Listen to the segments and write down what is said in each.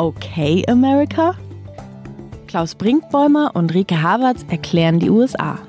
Okay, America? Klaus Brinkbäumer und Rike Havertz erklären die USA.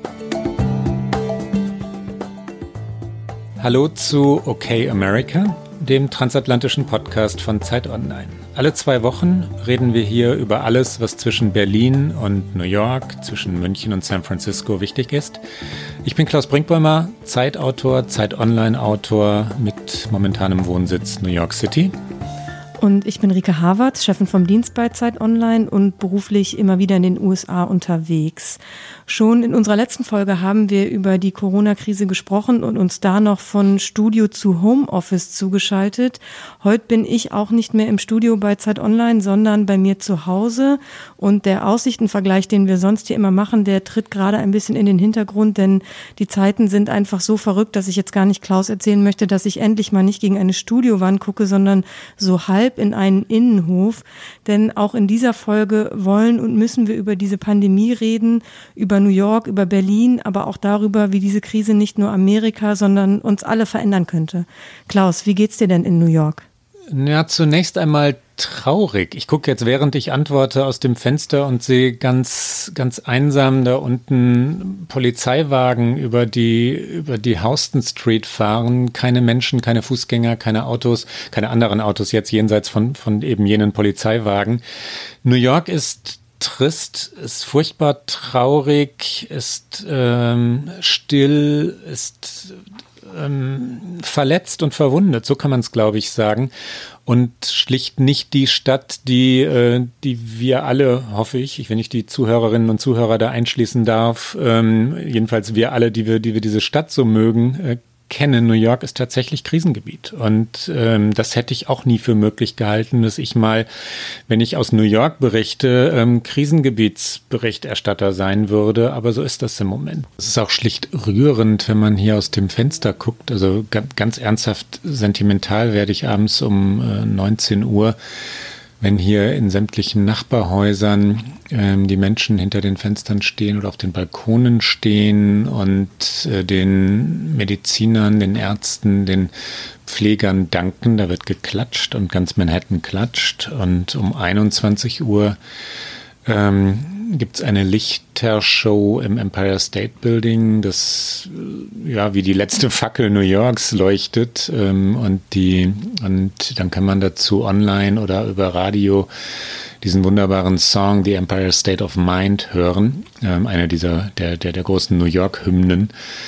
Hallo zu Okay, America, dem transatlantischen Podcast von Zeit Online. Alle 2 Wochen reden wir hier über alles, was zwischen Berlin und New York, zwischen München und San Francisco wichtig ist. Ich bin Klaus Brinkbäumer, Zeitautor, Zeit Online-Autor mit momentanem Wohnsitz New York City. Und ich bin Rike Havertz, Chefin vom Dienst bei Zeit Online und beruflich immer wieder in den USA unterwegs. Schon in unserer letzten Folge haben wir über die Corona-Krise gesprochen und uns da noch von Studio zu Homeoffice zugeschaltet. Heute bin ich auch nicht mehr im Studio bei Zeit Online, sondern bei mir zu Hause. Und der Aussichtenvergleich, den wir sonst hier immer machen, der tritt gerade ein bisschen in den Hintergrund, denn die Zeiten sind einfach so verrückt, dass ich jetzt gar nicht Klaus erzählen möchte, dass ich endlich mal nicht gegen eine Studiowand gucke, sondern so halb in einen Innenhof. Denn auch in dieser Folge wollen und müssen wir über diese Pandemie reden, über New York, über Berlin, aber auch darüber, wie diese Krise nicht nur Amerika, sondern uns alle verändern könnte. Klaus, wie geht's dir denn in New York? Ja, zunächst einmal traurig. Ich gucke jetzt, während ich antworte, aus dem Fenster und sehe ganz, ganz einsam da unten Polizeiwagen über die Houston Street fahren. Keine Menschen, keine Fußgänger, keine Autos, keine anderen Autos jetzt jenseits von eben jenen Polizeiwagen. New York ist trist, ist furchtbar traurig, ist still, ist verletzt und verwundet, so kann man es, glaube ich, sagen. Und schlicht nicht die Stadt, die wir alle, hoffe ich, wenn ich die Zuhörerinnen und Zuhörer da einschließen darf, jedenfalls wir alle, die wir diese Stadt so mögen, kennen. New York ist tatsächlich Krisengebiet. Und das hätte ich auch nie für möglich gehalten, dass ich mal, wenn ich aus New York berichte, Krisengebietsberichterstatter sein würde. Aber so ist das im Moment. Es ist auch schlicht rührend, wenn man hier aus dem Fenster guckt. Also ganz ernsthaft sentimental werde ich abends um 19 Uhr, wenn hier in sämtlichen Nachbarhäusern die Menschen hinter den Fenstern stehen oder auf den Balkonen stehen und den Medizinern, den Ärzten, den Pflegern danken. Da wird geklatscht und ganz Manhattan klatscht. Und um 21 Uhr gibt es eine Lichtershow im Empire State Building, das ja wie die letzte Fackel New Yorks leuchtet, und dann kann man dazu online oder über Radio diesen wunderbaren Song The Empire State of Mind hören, einer der großen New York Hymnen.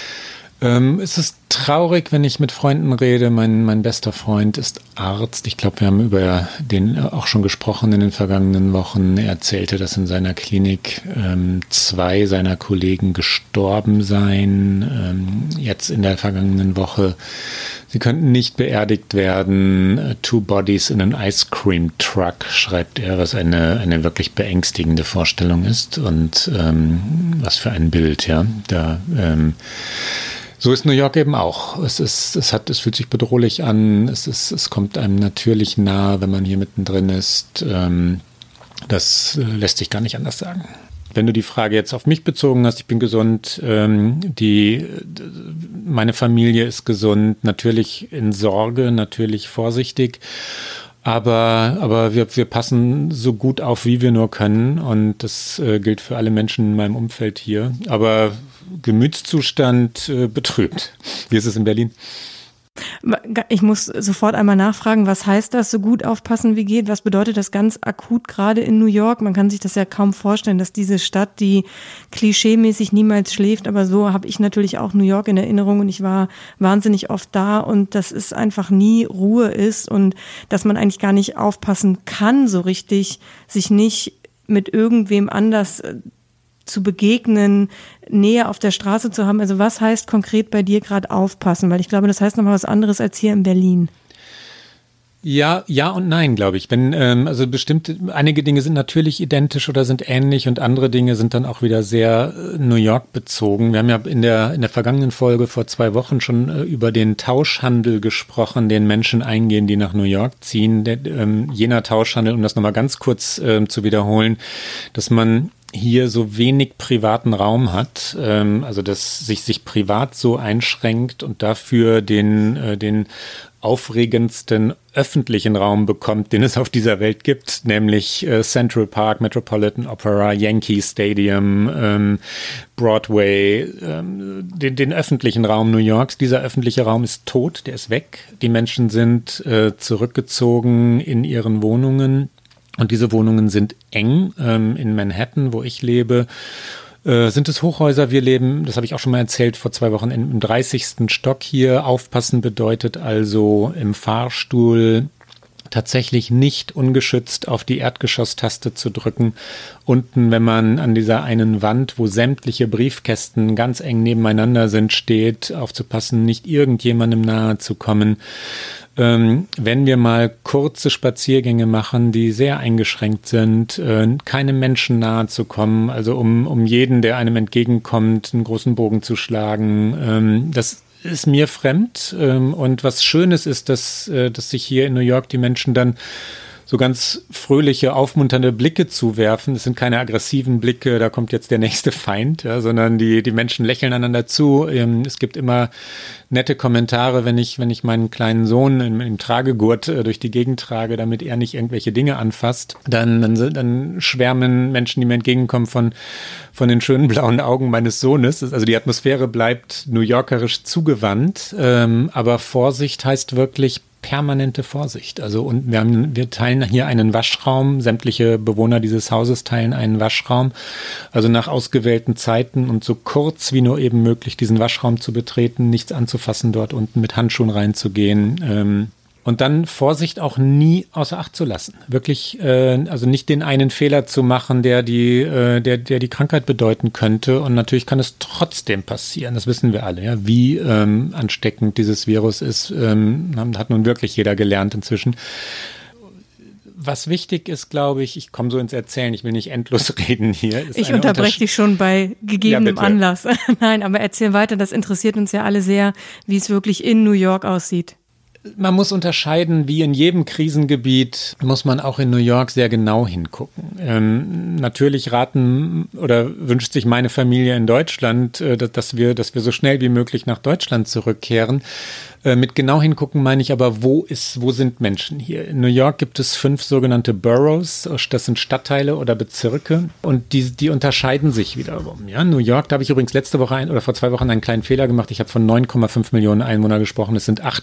Es ist traurig, wenn ich mit Freunden rede. Mein bester Freund ist Arzt. Ich glaube, wir haben über den auch schon gesprochen in den vergangenen Wochen. Er erzählte, dass in seiner Klinik 2 seiner Kollegen gestorben seien. Jetzt in der vergangenen Woche. Sie könnten nicht beerdigt werden. 2 bodies in an ice cream truck, schreibt er, was eine wirklich beängstigende Vorstellung ist. Und was für ein Bild, ja. So ist New York eben auch. Es fühlt sich bedrohlich an. Es kommt einem natürlich nahe, wenn man hier mittendrin ist. Das lässt sich gar nicht anders sagen. Wenn du die Frage jetzt auf mich bezogen hast, ich bin gesund, meine Familie ist gesund, natürlich in Sorge, natürlich vorsichtig. Aber wir passen so gut auf, wie wir nur können. Und das gilt für alle Menschen in meinem Umfeld hier. Aber Gemütszustand betrübt. Wie ist es in Berlin? Ich muss sofort einmal nachfragen, was heißt das, so gut aufpassen wie geht? Was bedeutet das ganz akut gerade in New York? Man kann sich das ja kaum vorstellen, dass diese Stadt, die klischeemäßig niemals schläft, aber so habe ich natürlich auch New York in Erinnerung und ich war wahnsinnig oft da und dass es einfach nie Ruhe ist und dass man eigentlich gar nicht aufpassen kann so richtig, sich nicht mit irgendwem anders zu begegnen, Nähe auf der Straße zu haben. Also was heißt konkret bei dir gerade aufpassen? Weil ich glaube, das heißt nochmal was anderes als hier in Berlin. Ja und nein, glaube ich. Also einige Dinge sind natürlich identisch oder sind ähnlich und andere Dinge sind dann auch wieder sehr New York bezogen. Wir haben ja in der vergangenen Folge vor 2 Wochen schon über den Tauschhandel gesprochen, den Menschen eingehen, die nach New York ziehen. Jener Tauschhandel, um das nochmal ganz kurz zu wiederholen, dass man hier so wenig privaten Raum hat, also dass sich privat so einschränkt und dafür den aufregendsten öffentlichen Raum bekommt, den es auf dieser Welt gibt, nämlich Central Park, Metropolitan Opera, Yankee Stadium, Broadway, den öffentlichen Raum New Yorks. Dieser öffentliche Raum ist tot, der ist weg. Die Menschen sind zurückgezogen in ihren Wohnungen und diese Wohnungen sind eng. In Manhattan, wo ich lebe, sind es Hochhäuser. Wir leben, das habe ich auch schon mal erzählt, vor 2 Wochen im 30. Stock hier. Aufpassen bedeutet also im Fahrstuhl tatsächlich nicht ungeschützt auf die Erdgeschosstaste zu drücken. Unten, wenn man an dieser einen Wand, wo sämtliche Briefkästen ganz eng nebeneinander sind, steht, aufzupassen, nicht irgendjemandem nahe zu kommen. Wenn wir mal kurze Spaziergänge machen, die sehr eingeschränkt sind, keinem Menschen nahe zu kommen, also um jeden, der einem entgegenkommt, einen großen Bogen zu schlagen, das ist mir fremd. Und was Schönes ist, dass sich hier in New York die Menschen dann so ganz fröhliche, aufmunternde Blicke zuwerfen. Es sind keine aggressiven Blicke, da kommt jetzt der nächste Feind, ja, sondern die Menschen lächeln einander zu. Es gibt immer nette Kommentare, wenn ich meinen kleinen Sohn im Tragegurt durch die Gegend trage, damit er nicht irgendwelche Dinge anfasst. Dann schwärmen Menschen, die mir entgegenkommen, von den schönen blauen Augen meines Sohnes. Also die Atmosphäre bleibt New Yorkerisch zugewandt, aber Vorsicht heißt wirklich permanente Vorsicht. Also und wir teilen hier einen Waschraum. Sämtliche Bewohner dieses Hauses teilen einen Waschraum. Also nach ausgewählten Zeiten und so kurz wie nur eben möglich diesen Waschraum zu betreten, nichts anzufassen, dort unten mit Handschuhen reinzugehen. Und dann Vorsicht auch nie außer Acht zu lassen. Wirklich, also nicht den einen Fehler zu machen, der die Krankheit bedeuten könnte. Und natürlich kann es trotzdem passieren. Das wissen wir alle, ja, wie ansteckend dieses Virus ist. Hat nun wirklich jeder gelernt inzwischen. Was wichtig ist, glaube ich komme so ins Erzählen, ich will nicht endlos reden hier. Ich unterbreche dich schon bei gegebenem Anlass. Nein, aber erzähl weiter, das interessiert uns ja alle sehr, wie es wirklich in New York aussieht. Man muss unterscheiden, wie in jedem Krisengebiet muss man auch in New York sehr genau hingucken. Natürlich raten oder wünscht sich meine Familie in Deutschland, dass wir so schnell wie möglich nach Deutschland zurückkehren. Mit genau hingucken meine ich aber, wo sind Menschen hier? In New York gibt es 5 sogenannte Boroughs, das sind Stadtteile oder Bezirke und die unterscheiden sich wiederum. Ja, New York, da habe ich übrigens letzte Woche vor 2 Wochen einen kleinen Fehler gemacht. Ich habe von 9,5 Millionen Einwohner gesprochen, es sind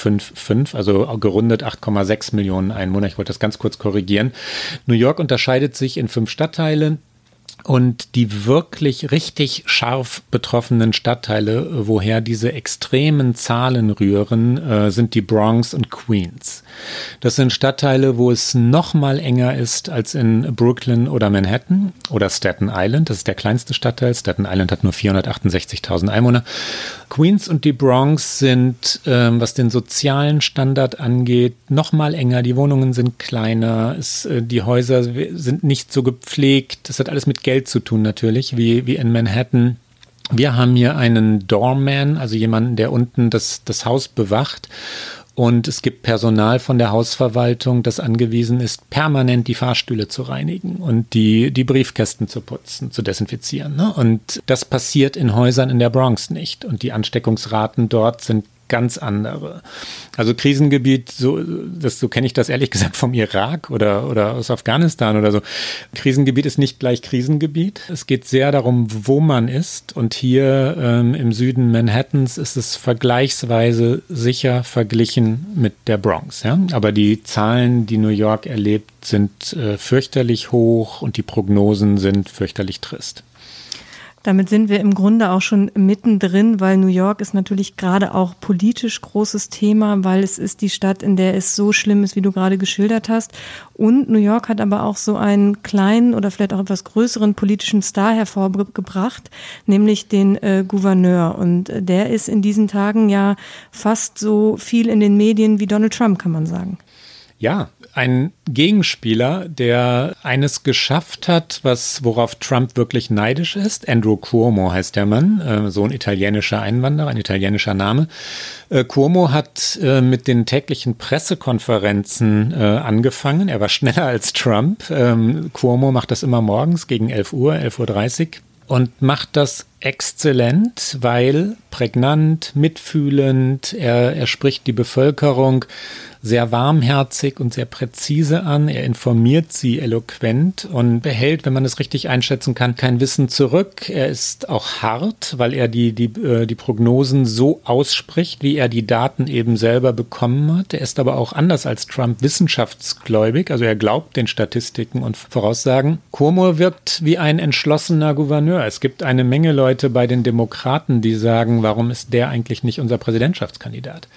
8,55, also gerundet 8,6 Millionen Einwohner. Ich wollte das ganz kurz korrigieren. New York unterscheidet sich in 5 Stadtteile. Und die wirklich richtig scharf betroffenen Stadtteile, woher diese extremen Zahlen rühren, sind die Bronx und Queens. Das sind Stadtteile, wo es noch mal enger ist als in Brooklyn oder Manhattan oder Staten Island. Das ist der kleinste Stadtteil. Staten Island hat nur 468.000 Einwohner. Queens und die Bronx sind, was den sozialen Standard angeht, noch mal enger. Die Wohnungen sind kleiner. Die Häuser sind nicht so gepflegt. Das hat alles mit Geld zu tun natürlich, wie in Manhattan. Wir haben hier einen Doorman, also jemanden, der unten das Haus bewacht. Und es gibt Personal von der Hausverwaltung, das angewiesen ist, permanent die Fahrstühle zu reinigen und die Briefkästen zu putzen, zu desinfizieren. Ne? Und das passiert in Häusern in der Bronx nicht. Und die Ansteckungsraten dort sind ganz andere. Also Krisengebiet, so kenne ich das ehrlich gesagt vom Irak oder aus Afghanistan oder so. Krisengebiet ist nicht gleich Krisengebiet. Es geht sehr darum, wo man ist. Und hier im Süden Manhattans ist es vergleichsweise sicher verglichen mit der Bronx. Ja? Aber die Zahlen, die New York erlebt, sind fürchterlich hoch und die Prognosen sind fürchterlich trist. Damit sind wir im Grunde auch schon mittendrin, weil New York ist natürlich gerade auch politisch großes Thema, weil es ist die Stadt, in der es so schlimm ist, wie du gerade geschildert hast. Und New York hat aber auch so einen kleinen oder vielleicht auch etwas größeren politischen Star hervorgebracht, nämlich den Gouverneur. Und der ist in diesen Tagen ja fast so viel in den Medien wie Donald Trump, kann man sagen. Ja, ein Gegenspieler, der eines geschafft hat, worauf Trump wirklich neidisch ist. Andrew Cuomo heißt der Mann, so ein italienischer Einwanderer, ein italienischer Name. Cuomo hat mit den täglichen Pressekonferenzen angefangen. Er war schneller als Trump. Cuomo macht das immer morgens gegen 11 Uhr, 11.30 Uhr. Und macht das exzellent, weil prägnant, mitfühlend, er spricht die Bevölkerung sehr warmherzig und sehr präzise an. Er informiert sie eloquent und behält, wenn man es richtig einschätzen kann, kein Wissen zurück. Er ist auch hart, weil er die Prognosen so ausspricht, wie er die Daten eben selber bekommen hat. Er ist aber auch anders als Trump wissenschaftsgläubig, also er glaubt den Statistiken und Voraussagen. Cuomo wirkt wie ein entschlossener Gouverneur. Es gibt eine Menge Leute bei den Demokraten, die sagen, warum ist der eigentlich nicht unser Präsidentschaftskandidat?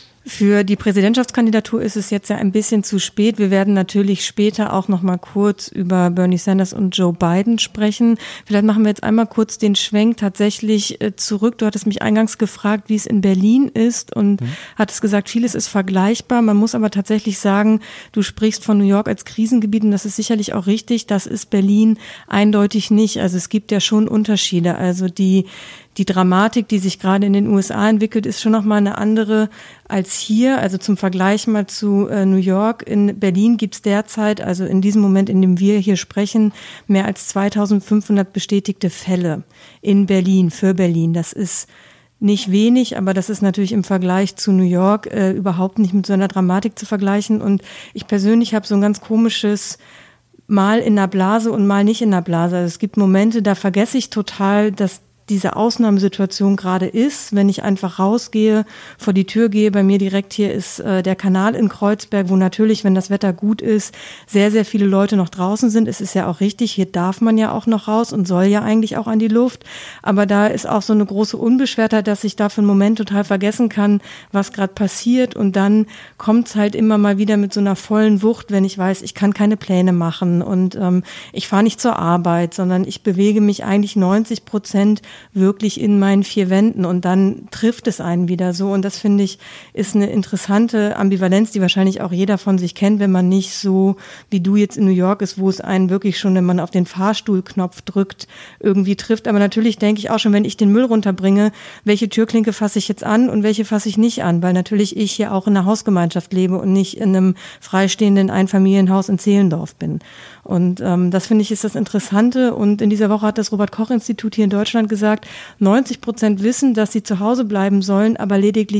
Für die Präsidentschaftskandidatur ist es jetzt ja ein bisschen zu spät. Wir werden natürlich später auch noch mal kurz über Bernie Sanders und Joe Biden sprechen. Vielleicht machen wir jetzt einmal kurz den Schwenk tatsächlich zurück. Du hattest mich eingangs gefragt, wie es in Berlin ist und hattest gesagt, vieles ist vergleichbar. Man muss aber tatsächlich sagen, du sprichst von New York als Krisengebiet und das ist sicherlich auch richtig. Das ist Berlin eindeutig nicht. Also es gibt ja schon Unterschiede. Also die Dramatik, die sich gerade in den USA entwickelt, ist schon nochmal eine andere als hier. Also zum Vergleich mal zu New York. In Berlin gibt es derzeit, also in diesem Moment, in dem wir hier sprechen, mehr als 2500 bestätigte Fälle in Berlin, für Berlin. Das ist nicht wenig, aber das ist natürlich im Vergleich zu New York überhaupt nicht mit so einer Dramatik zu vergleichen. Und ich persönlich habe so ein ganz komisches mal in der Blase und mal nicht in der Blase. Also es gibt Momente, da vergesse ich total, dass diese Ausnahmesituation gerade ist, wenn ich einfach rausgehe, vor die Tür gehe. Bei mir direkt hier ist der Kanal in Kreuzberg, wo natürlich, wenn das Wetter gut ist, sehr, sehr viele Leute noch draußen sind. Es ist ja auch richtig, hier darf man ja auch noch raus und soll ja eigentlich auch an die Luft. Aber da ist auch so eine große Unbeschwertheit, dass ich da für einen Moment total vergessen kann, was gerade passiert. Und dann kommt es halt immer mal wieder mit so einer vollen Wucht, wenn ich weiß, ich kann keine Pläne machen und ich fahre nicht zur Arbeit, sondern ich bewege mich eigentlich 90% wirklich in meinen vier Wänden und dann trifft es einen wieder so und das finde ich ist eine interessante Ambivalenz, die wahrscheinlich auch jeder von sich kennt, wenn man nicht so wie du jetzt in New York ist, wo es einen wirklich schon, wenn man auf den Fahrstuhlknopf drückt, irgendwie trifft, aber natürlich denke ich auch schon, wenn ich den Müll runterbringe, welche Türklinke fasse ich jetzt an und welche fasse ich nicht an, weil natürlich ich hier auch in einer Hausgemeinschaft lebe und nicht in einem freistehenden Einfamilienhaus in Zehlendorf bin. Und das finde ich ist das Interessante und in dieser Woche hat das Robert-Koch-Institut hier in Deutschland gesagt, 90% wissen, dass sie zu Hause bleiben sollen, aber lediglich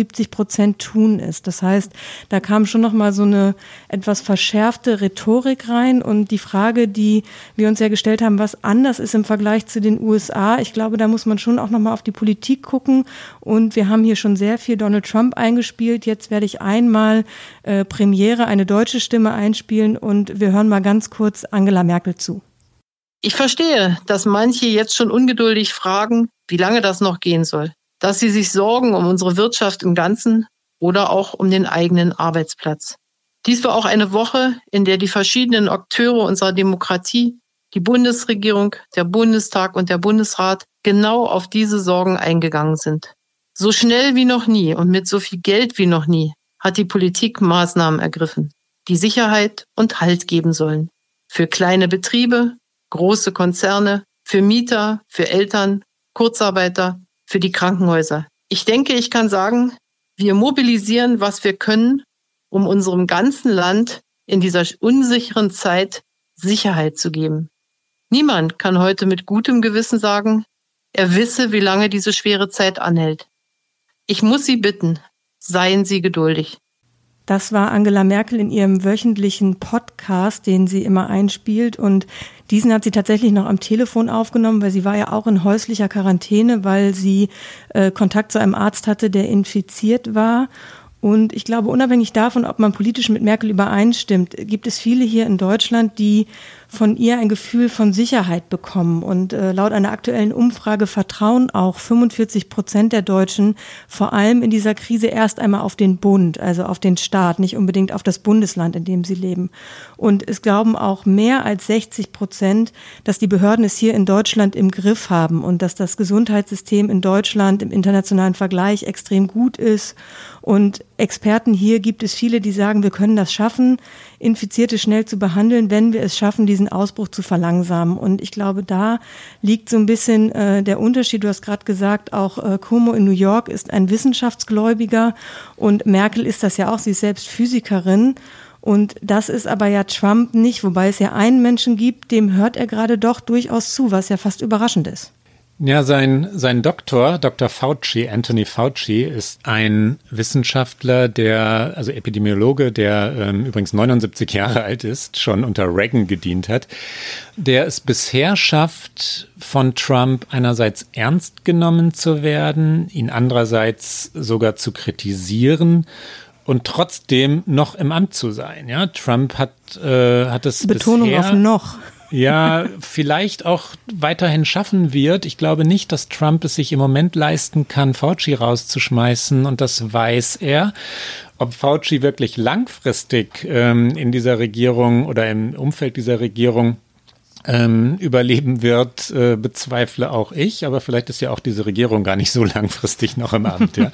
77% tun es. Das heißt, da kam schon nochmal so eine etwas verschärfte Rhetorik rein und die Frage, die wir uns ja gestellt haben, was anders ist im Vergleich zu den USA, ich glaube, da muss man schon auch nochmal auf die Politik gucken und wir haben hier schon sehr viel Donald Trump eingespielt. Jetzt werde ich einmal Premiere, eine deutsche Stimme einspielen und wir hören mal ganz kurz Angela Merkel zu. Ich verstehe, dass manche jetzt schon ungeduldig fragen, wie lange das noch gehen soll. Dass sie sich sorgen um unsere Wirtschaft im Ganzen oder auch um den eigenen Arbeitsplatz. Dies war auch eine Woche, in der die verschiedenen Akteure unserer Demokratie, die Bundesregierung, der Bundestag und der Bundesrat genau auf diese Sorgen eingegangen sind. So schnell wie noch nie und mit so viel Geld wie noch nie hat die Politik Maßnahmen ergriffen, die Sicherheit und Halt geben sollen. Für kleine Betriebe, große Konzerne, für Mieter, für Eltern, Kurzarbeiter, für die Krankenhäuser. Ich denke, ich kann sagen, wir mobilisieren, was wir können, um unserem ganzen Land in dieser unsicheren Zeit Sicherheit zu geben. Niemand kann heute mit gutem Gewissen sagen, er wisse, wie lange diese schwere Zeit anhält. Ich muss Sie bitten, seien Sie geduldig. Das war Angela Merkel in ihrem wöchentlichen Podcast, den sie immer einspielt. Und diesen hat sie tatsächlich noch am Telefon aufgenommen, weil sie war ja auch in häuslicher Quarantäne, weil sie Kontakt zu einem Arzt hatte, der infiziert war. Und ich glaube, unabhängig davon, ob man politisch mit Merkel übereinstimmt, gibt es viele hier in Deutschland, die von ihr ein Gefühl von Sicherheit bekommen. Und laut einer aktuellen Umfrage vertrauen auch 45% der Deutschen vor allem in dieser Krise erst einmal auf den Bund, also auf den Staat, nicht unbedingt auf das Bundesland, in dem sie leben. Und es glauben auch mehr als 60%, dass die Behörden es hier in Deutschland im Griff haben und dass das Gesundheitssystem in Deutschland im internationalen Vergleich extrem gut ist. Und Experten hier gibt es viele, die sagen, wir können das schaffen, Infizierte schnell zu behandeln, wenn wir es schaffen, diesen Ausbruch zu verlangsamen. Und ich glaube, da liegt so ein bisschen der Unterschied. Du hast gerade gesagt, auch Cuomo in New York ist ein Wissenschaftsgläubiger und Merkel ist das ja auch, sie ist selbst Physikerin. Und das ist aber ja Trump nicht, wobei es ja einen Menschen gibt, dem hört er gerade doch durchaus zu, was ja fast überraschend ist. Ja, sein Doktor, Dr. Fauci, Anthony Fauci, ist ein Wissenschaftler, also Epidemiologe, der übrigens 79 Jahre alt ist, schon unter Reagan gedient hat, der es bisher schafft, von Trump einerseits ernst genommen zu werden, ihn andererseits sogar zu kritisieren und trotzdem noch im Amt zu sein. Ja, Trump hat es Betonung bisher auf noch. Ja, vielleicht auch weiterhin schaffen wird. Ich glaube nicht, dass Trump es sich im Moment leisten kann, Fauci rauszuschmeißen, und das weiß er. Ob Fauci wirklich langfristig in dieser Regierung oder im Umfeld dieser Regierung überleben wird, bezweifle auch ich, aber vielleicht ist ja auch diese Regierung gar nicht so langfristig noch im Amt. Ja.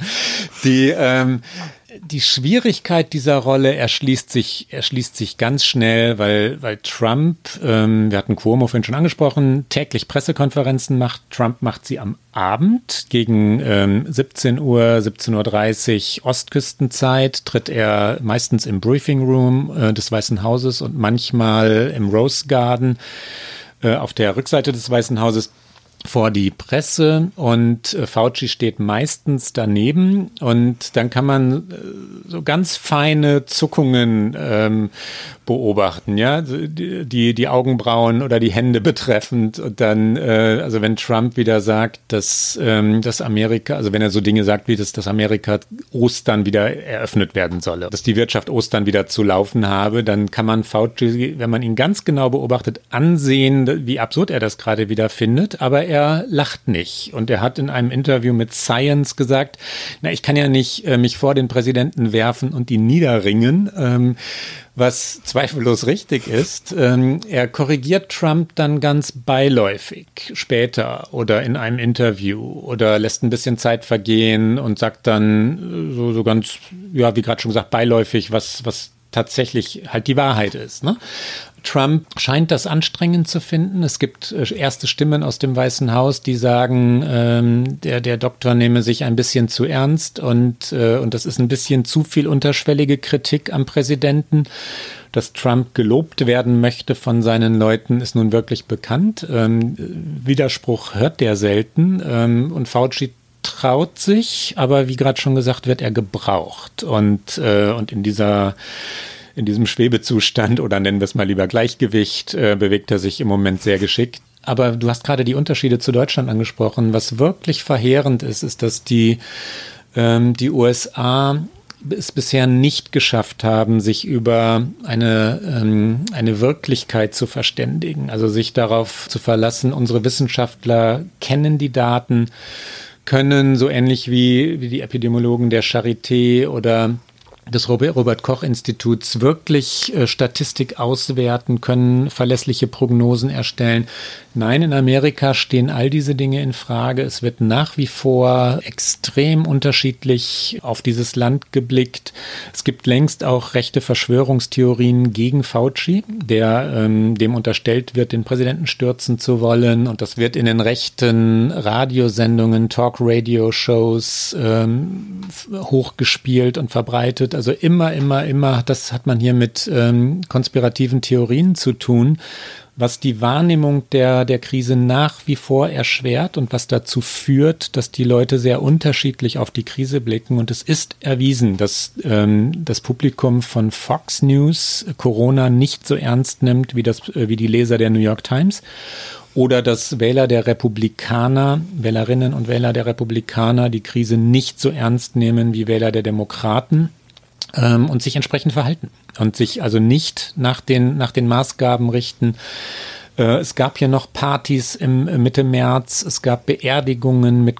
Die Schwierigkeit dieser Rolle erschließt sich ganz schnell, weil Trump, wir hatten Cuomo vorhin schon angesprochen, täglich Pressekonferenzen macht. Trump macht sie am Abend gegen 17 Uhr, 17:30 Uhr Ostküstenzeit, tritt er meistens im Briefing Room des Weißen Hauses und manchmal im Rose Garden auf der Rückseite des Weißen Hauses vor die Presse, und Fauci steht meistens daneben, und dann kann man so ganz feine Zuckungen beobachten, ja, die Augenbrauen oder die Hände betreffend, und dann, also wenn Trump wieder sagt, dass Amerika, also wenn er so Dinge sagt wie, dass Amerika Ostern wieder eröffnet werden solle, dass die Wirtschaft Ostern wieder zu laufen habe, dann kann man Fauci, wenn man ihn ganz genau beobachtet, ansehen, wie absurd er das gerade wieder findet, aber er lacht nicht. Und er hat in einem Interview mit Science gesagt, ich kann ja nicht mich vor den Präsidenten werfen und ihn niederringen, was zweifellos richtig ist. Er korrigiert Trump dann ganz beiläufig später oder in einem Interview oder lässt ein bisschen Zeit vergehen und sagt dann so ganz, ja, wie gerade schon gesagt, beiläufig, was tatsächlich halt die Wahrheit ist, ne? Trump scheint das anstrengend zu finden. Es gibt erste Stimmen aus dem Weißen Haus, die sagen, der Doktor nehme sich ein bisschen zu ernst und das ist ein bisschen zu viel unterschwellige Kritik am Präsidenten. Dass Trump gelobt werden möchte von seinen Leuten, ist nun wirklich bekannt. Widerspruch hört der selten, und Fauci traut sich, aber wie gerade schon gesagt, wird er gebraucht, und in diesem Schwebezustand, oder nennen wir es mal lieber Gleichgewicht, bewegt er sich im Moment sehr geschickt. Aber du hast gerade die Unterschiede zu Deutschland angesprochen. Was wirklich verheerend ist, dass die USA es bisher nicht geschafft haben, sich über eine Wirklichkeit zu verständigen. Also sich darauf zu verlassen, unsere Wissenschaftler kennen die Daten, können so ähnlich wie die Epidemiologen der Charité oder des Robert-Koch-Instituts wirklich Statistik auswerten, können verlässliche Prognosen erstellen. Nein, in Amerika stehen all diese Dinge in Frage. Es wird nach wie vor extrem unterschiedlich auf dieses Land geblickt. Es gibt längst auch rechte Verschwörungstheorien gegen Fauci, der dem unterstellt wird, den Präsidenten stürzen zu wollen. Und das wird in den rechten Radiosendungen, Talk-Radio-Shows hochgespielt und verbreitet. Also immer, das hat man hier mit konspirativen Theorien zu tun, was die Wahrnehmung der Krise nach wie vor erschwert und was dazu führt, dass die Leute sehr unterschiedlich auf die Krise blicken. Und es ist erwiesen, dass das Publikum von Fox News Corona nicht so ernst nimmt wie die Leser der New York Times. Oder dass Wählerinnen und Wähler der Republikaner die Krise nicht so ernst nehmen wie Wähler der Demokraten. Und sich entsprechend verhalten und sich also nicht nach den Maßgaben richten. Es gab hier noch Partys im Mitte März, es gab Beerdigungen mit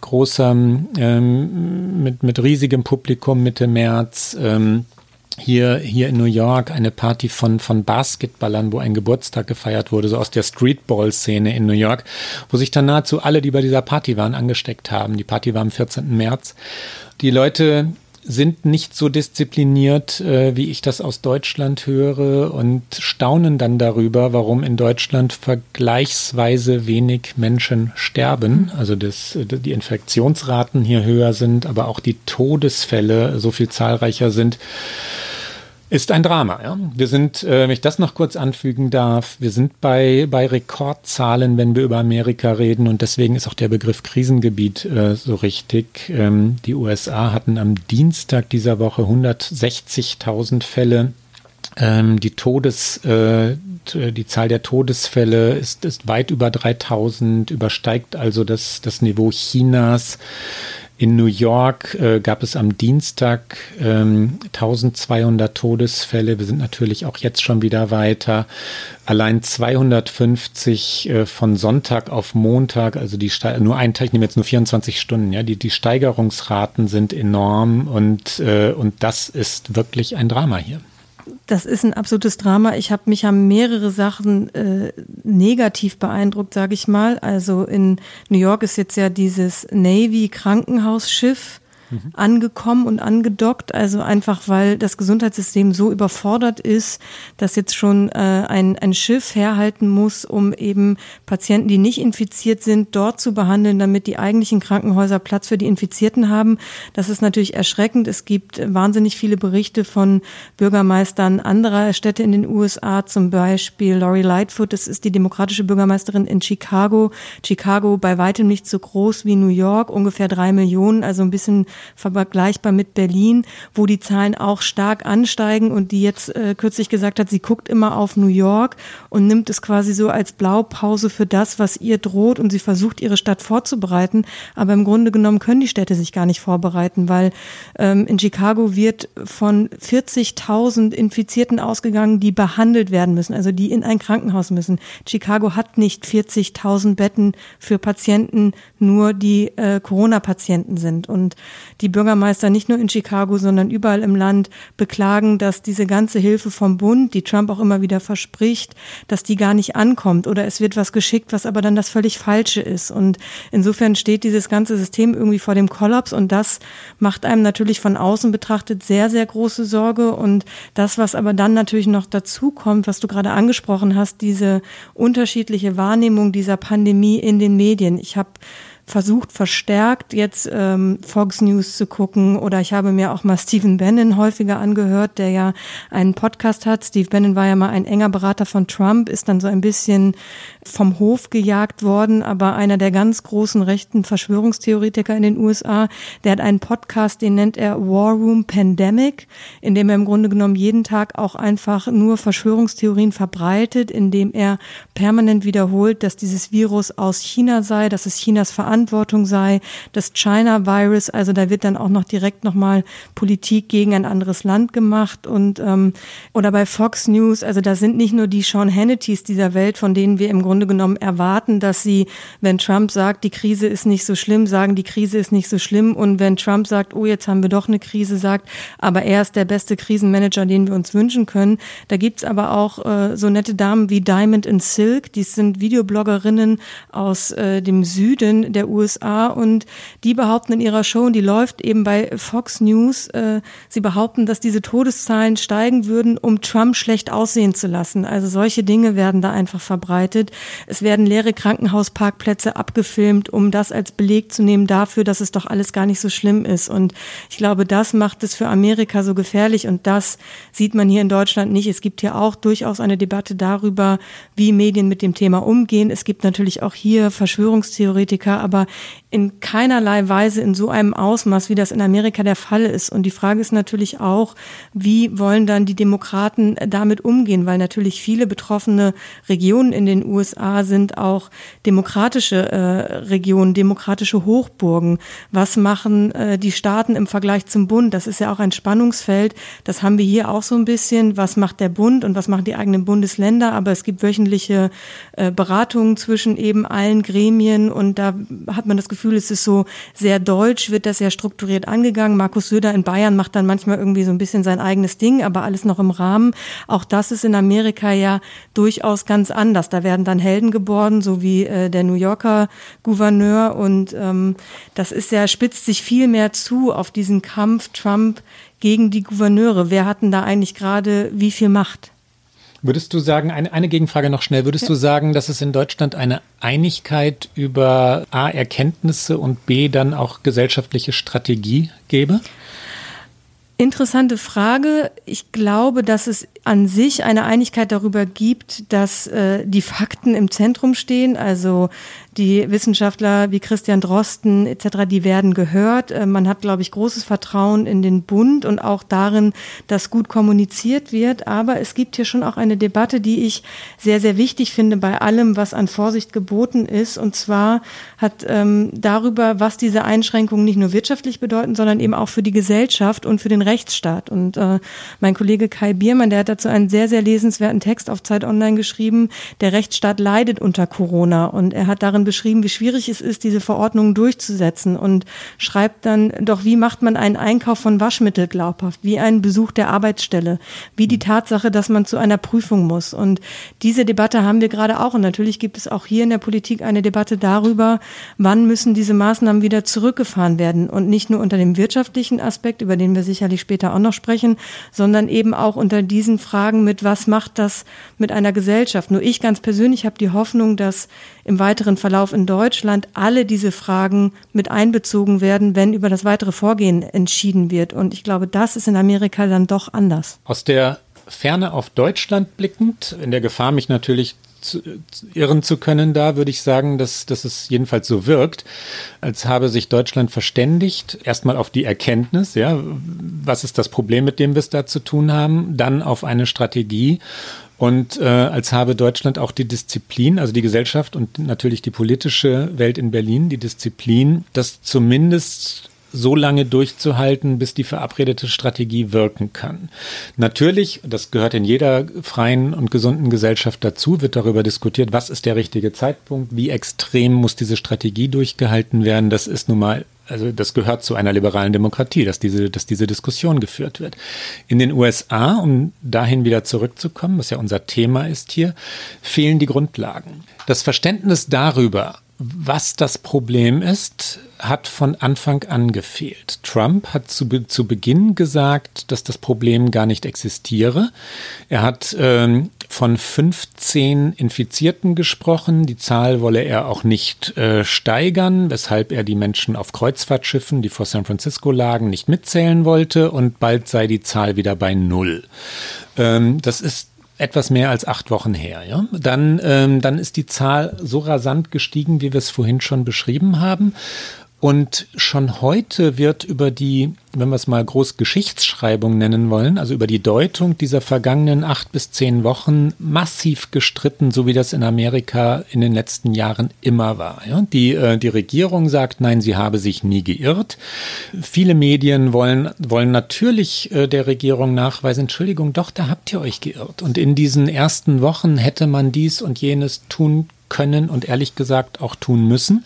mit riesigem Publikum Mitte März. Hier in New York eine Party von Basketballern, wo ein Geburtstag gefeiert wurde, so aus der Streetball-Szene in New York, wo sich dann nahezu alle, die bei dieser Party waren, angesteckt haben. Die Party war am 14. März. Die Leute sind nicht so diszipliniert, wie ich das aus Deutschland höre, und staunen dann darüber, warum in Deutschland vergleichsweise wenig Menschen sterben. Also die Infektionsraten hier höher sind, aber auch die Todesfälle so viel zahlreicher sind. Ist ein Drama, ja. Wir sind, wenn ich das noch kurz anfügen darf, wir sind bei Rekordzahlen, wenn wir über Amerika reden, und deswegen ist auch der Begriff Krisengebiet so richtig. Die USA hatten am Dienstag dieser Woche 160.000 Fälle. Die Zahl der Todesfälle ist weit über 3.000, übersteigt also das Niveau Chinas. In New York gab es am Dienstag 1.200 Todesfälle. Wir sind natürlich auch jetzt schon wieder weiter. Allein 250 von Sonntag auf Montag, also nur einen Tag, ich nehme jetzt nur 24 Stunden. Ja, die Steigerungsraten sind enorm und das ist wirklich ein Drama hier. Das ist ein absolutes Drama. Mich haben mehrere Sachen negativ beeindruckt, sage ich mal. Also in New York ist jetzt ja dieses Navy-Krankenhausschiff angekommen und angedockt, also einfach, weil das Gesundheitssystem so überfordert ist, dass jetzt schon ein Schiff herhalten muss, um eben Patienten, die nicht infiziert sind, dort zu behandeln, damit die eigentlichen Krankenhäuser Platz für die Infizierten haben. Das ist natürlich erschreckend. Es gibt wahnsinnig viele Berichte von Bürgermeistern anderer Städte in den USA, zum Beispiel Lori Lightfoot, das ist die demokratische Bürgermeisterin in Chicago. Chicago bei weitem nicht so groß wie New York, ungefähr 3 Millionen, also ein bisschen vergleichbar mit Berlin, wo die Zahlen auch stark ansteigen und die jetzt kürzlich gesagt hat, sie guckt immer auf New York und nimmt es quasi so als Blaupause für das, was ihr droht, und sie versucht, ihre Stadt vorzubereiten, aber im Grunde genommen können die Städte sich gar nicht vorbereiten, weil in Chicago wird von 40.000 Infizierten ausgegangen, die behandelt werden müssen, also die in ein Krankenhaus müssen. Chicago hat nicht 40.000 Betten für Patienten, nur die Corona-Patienten sind, und die Bürgermeister nicht nur in Chicago, sondern überall im Land beklagen, dass diese ganze Hilfe vom Bund, die Trump auch immer wieder verspricht, dass die gar nicht ankommt, oder es wird was geschickt, was aber dann das völlig Falsche ist. Und insofern steht dieses ganze System irgendwie vor dem Kollaps, und das macht einem natürlich von außen betrachtet sehr, sehr große Sorge. Und das, was aber dann natürlich noch dazu kommt, was du gerade angesprochen hast, diese unterschiedliche Wahrnehmung dieser Pandemie in den Medien. Ich habe versucht, verstärkt jetzt Fox News zu gucken, oder ich habe mir auch mal Stephen Bannon häufiger angehört, der ja einen Podcast hat. Steve Bannon war ja mal ein enger Berater von Trump, ist dann so ein bisschen vom Hof gejagt worden, aber einer der ganz großen rechten Verschwörungstheoretiker in den USA, der hat einen Podcast, den nennt er War Room Pandemic, in dem er im Grunde genommen jeden Tag auch einfach nur Verschwörungstheorien verbreitet, indem er permanent wiederholt, dass dieses Virus aus China sei, dass es Chinas Verantwortung sei, das China-Virus, also da wird dann auch noch direkt nochmal Politik gegen ein anderes Land gemacht, und oder bei Fox News, also da sind nicht nur die Sean Hannitys dieser Welt, von denen wir im Grunde genommen erwarten, dass sie, wenn Trump sagt, die Krise ist nicht so schlimm, sagen, die Krise ist nicht so schlimm, und wenn Trump sagt, oh, jetzt haben wir doch eine Krise, sagt, aber er ist der beste Krisenmanager, den wir uns wünschen können. Da gibt's aber auch so nette Damen wie Diamond and Silk, die sind Videobloggerinnen aus dem Süden der USA, und die behaupten in ihrer Show, und die läuft eben bei Fox News, sie behaupten, dass diese Todeszahlen steigen würden, um Trump schlecht aussehen zu lassen. Also solche Dinge werden da einfach verbreitet. Es werden leere Krankenhausparkplätze abgefilmt, um das als Beleg zu nehmen dafür, dass es doch alles gar nicht so schlimm ist. Und ich glaube, das macht es für Amerika so gefährlich, und das sieht man hier in Deutschland nicht. Es gibt hier auch durchaus eine Debatte darüber, wie Medien mit dem Thema umgehen. Es gibt natürlich auch hier Verschwörungstheoretiker, aber in keinerlei Weise in so einem Ausmaß, wie das in Amerika der Fall ist. Und die Frage ist natürlich auch, wie wollen dann die Demokraten damit umgehen? Weil natürlich viele betroffene Regionen in den USA sind auch demokratische Regionen, demokratische Hochburgen. Was machen die Staaten im Vergleich zum Bund? Das ist ja auch ein Spannungsfeld. Das haben wir hier auch so ein bisschen. Was macht der Bund und was machen die eigenen Bundesländer? Aber es gibt wöchentliche Beratungen zwischen eben allen Gremien, und da hat man das Gefühl, es ist so sehr deutsch, wird das sehr strukturiert angegangen. Markus Söder in Bayern macht dann manchmal irgendwie so ein bisschen sein eigenes Ding, aber alles noch im Rahmen. Auch das ist in Amerika ja durchaus ganz anders. Da werden dann Helden geboren, so wie der New Yorker Gouverneur, und das ist ja, spitzt sich viel mehr zu auf diesen Kampf Trump gegen die Gouverneure. Wer hat denn da eigentlich gerade wie viel Macht? Würdest du sagen, eine Gegenfrage noch schnell, würdest du sagen, dass es in Deutschland eine Einigkeit über A, Erkenntnisse und B, dann auch gesellschaftliche Strategie gäbe? Interessante Frage. Ich glaube, dass es an sich eine Einigkeit darüber gibt, dass die Fakten im Zentrum stehen. Also die Wissenschaftler wie Christian Drosten etc., die werden gehört. Man hat, glaube ich, großes Vertrauen in den Bund und auch darin, dass gut kommuniziert wird. Aber es gibt hier schon auch eine Debatte, die ich sehr, sehr wichtig finde bei allem, was an Vorsicht geboten ist. Und zwar hat darüber, was diese Einschränkungen nicht nur wirtschaftlich bedeuten, sondern eben auch für die Gesellschaft und für den Rechtsstaat. Und mein Kollege Kai Biermann, der hat dazu einen sehr, sehr lesenswerten Text auf Zeit Online geschrieben. Der Rechtsstaat leidet unter Corona. Und er hat darin beschrieben, wie schwierig es ist, diese Verordnungen durchzusetzen und schreibt dann doch, wie macht man einen Einkauf von Waschmittel glaubhaft, wie einen Besuch der Arbeitsstelle, wie die Tatsache, dass man zu einer Prüfung muss. Und diese Debatte haben wir gerade auch. Und natürlich gibt es auch hier in der Politik eine Debatte darüber, wann müssen diese Maßnahmen wieder zurückgefahren werden. Und nicht nur unter dem wirtschaftlichen Aspekt, über den wir sicherlich später auch noch sprechen, sondern eben auch unter diesen Fragen mit, was macht das mit einer Gesellschaft. Nur ich ganz persönlich habe die Hoffnung, dass im weiteren Verlauf in Deutschland alle diese Fragen mit einbezogen werden, wenn über das weitere Vorgehen entschieden wird. Und ich glaube, das ist in Amerika dann doch anders. Aus der Ferne auf Deutschland blickend, in der Gefahr, mich natürlich irren zu können, da würde ich sagen, dass es jedenfalls so wirkt, als habe sich Deutschland verständigt, erstmal auf die Erkenntnis, ja, was ist das Problem, mit dem wir es da zu tun haben, dann auf eine Strategie und als habe Deutschland auch die Disziplin, also die Gesellschaft und natürlich die politische Welt in Berlin, die Disziplin, das zumindest so lange durchzuhalten, bis die verabredete Strategie wirken kann. Natürlich, das gehört in jeder freien und gesunden Gesellschaft dazu, wird darüber diskutiert, was ist der richtige Zeitpunkt, wie extrem muss diese Strategie durchgehalten werden. Das ist nun mal, also das gehört zu einer liberalen Demokratie, dass diese Diskussion geführt wird. In den USA, um dahin wieder zurückzukommen, was ja unser Thema ist hier, fehlen die Grundlagen. Das Verständnis darüber, was das Problem ist, hat von Anfang an gefehlt. Trump hat zu Beginn gesagt, dass das Problem gar nicht existiere. Er hat von 15 Infizierten gesprochen. Die Zahl wolle er auch nicht steigern, weshalb er die Menschen auf Kreuzfahrtschiffen, die vor San Francisco lagen, nicht mitzählen wollte. Und bald sei die Zahl wieder bei 0. Das ist etwas mehr als 8 Wochen her. Ja? Dann ist die Zahl so rasant gestiegen, wie wir es vorhin schon beschrieben haben. Und schon heute wird über die, wenn wir es mal groß Geschichtsschreibung nennen wollen, also über die Deutung dieser vergangenen 8 bis 10 Wochen massiv gestritten, so wie das in Amerika in den letzten Jahren immer war. Ja? Die Regierung sagt, nein, sie habe sich nie geirrt. Viele Medien wollen natürlich der Regierung nachweisen, Entschuldigung, doch, da habt ihr euch geirrt. Und in diesen ersten Wochen hätte man dies und jenes tun können und ehrlich gesagt auch tun müssen.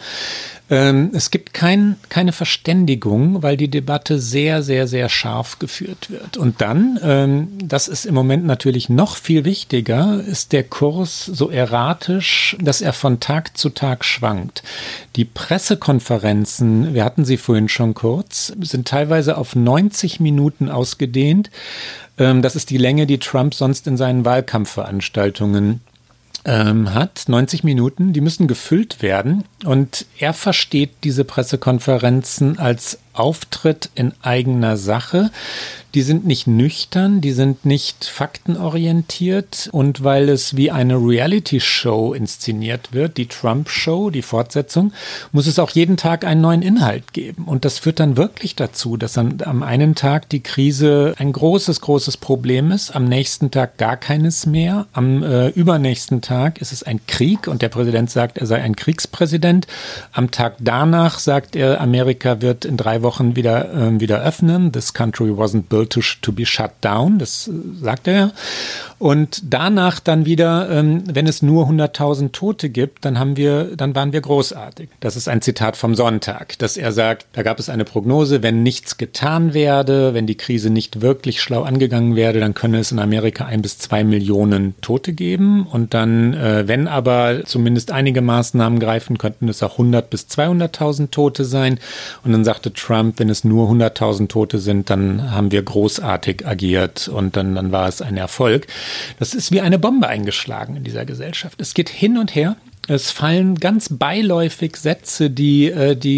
Es gibt keine Verständigung, weil die Debatte sehr, sehr, sehr scharf geführt wird. Und dann, das ist im Moment natürlich noch viel wichtiger, ist der Kurs so erratisch, dass er von Tag zu Tag schwankt. Die Pressekonferenzen, wir hatten sie vorhin schon kurz, sind teilweise auf 90 Minuten ausgedehnt. Das ist die Länge, die Trump sonst in seinen Wahlkampfveranstaltungen hat, 90 Minuten, die müssen gefüllt werden und er versteht diese Pressekonferenzen als Auftritt in eigener Sache. Die sind nicht nüchtern, die sind nicht faktenorientiert und weil es wie eine Reality-Show inszeniert wird, die Trump-Show, die Fortsetzung, muss es auch jeden Tag einen neuen Inhalt geben. Und das führt dann wirklich dazu, dass am einen Tag die Krise ein großes, großes Problem ist, am nächsten Tag gar keines mehr, am übernächsten Tag ist es ein Krieg und der Präsident sagt, er sei ein Kriegspräsident. Am Tag danach sagt er, Amerika wird in 3 Wochen wieder öffnen. This country wasn't built to be shut down, das sagt er. Und danach dann wieder, wenn es nur 100.000 Tote gibt, dann waren wir großartig. Das ist ein Zitat vom Sonntag, dass er sagt, da gab es eine Prognose, wenn nichts getan werde, wenn die Krise nicht wirklich schlau angegangen werde, dann könne es in Amerika 1 bis 2 Millionen Tote geben. Und dann, wenn aber zumindest einige Maßnahmen greifen, könnten es auch 100.000 bis 200.000 Tote sein. Und dann sagte Trump, wenn es nur 100.000 Tote sind, dann haben wir großartig agiert und dann war es ein Erfolg. Das ist wie eine Bombe eingeschlagen in dieser Gesellschaft. Es geht hin und her. Es fallen ganz beiläufig Sätze, die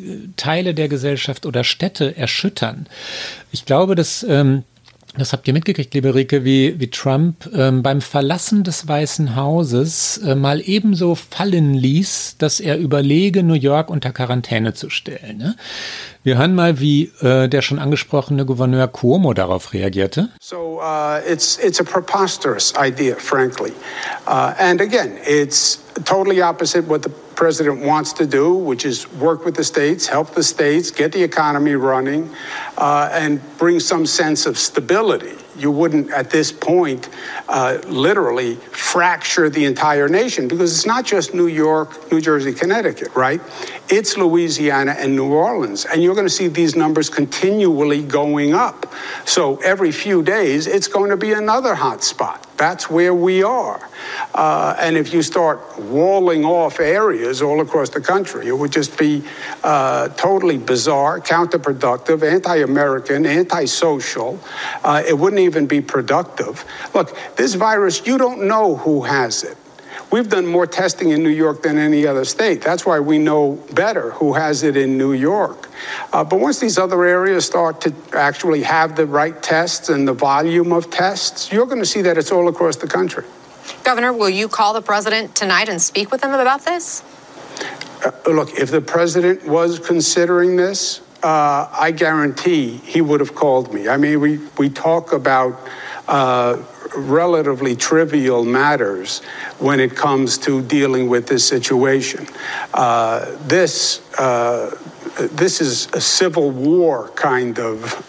Teile der Gesellschaft oder Städte erschüttern. Ich glaube, dass das habt ihr mitgekriegt, liebe Rike, wie Trump beim Verlassen des Weißen Hauses mal ebenso fallen ließ, dass er überlege, New York unter Quarantäne zu stellen. Ne? Wir hören mal, wie der schon angesprochene Gouverneur Cuomo darauf reagierte. So it's a preposterous idea, frankly. And again, it's totally opposite what the president wants to do, which is work with the states, help the states, get the economy running, and bring some sense of stability. You wouldn't, at this point, literally fracture the entire nation, because it's not just New York, New Jersey, Connecticut, right? It's Louisiana and New Orleans. And you're going to see these numbers continually going up. So every few days, it's going to be another hot spot. That's where we are. And if you start walling off areas all across the country, it would just be totally bizarre, counterproductive, anti-American, anti-social. It wouldn't even be productive. Look, this virus, you don't know who has it. We've done more testing in New York than any other state. That's why we know better who has it in New York. But once these other areas start to actually have the right tests and the volume of tests, you're going to see that it's all across the country. Governor, will you call the president tonight and speak with him about this? Look, if the president was considering this, I guarantee he would have called me. I mean, we talk about relatively trivial matters when it comes to dealing with this situation. This is a civil war kind of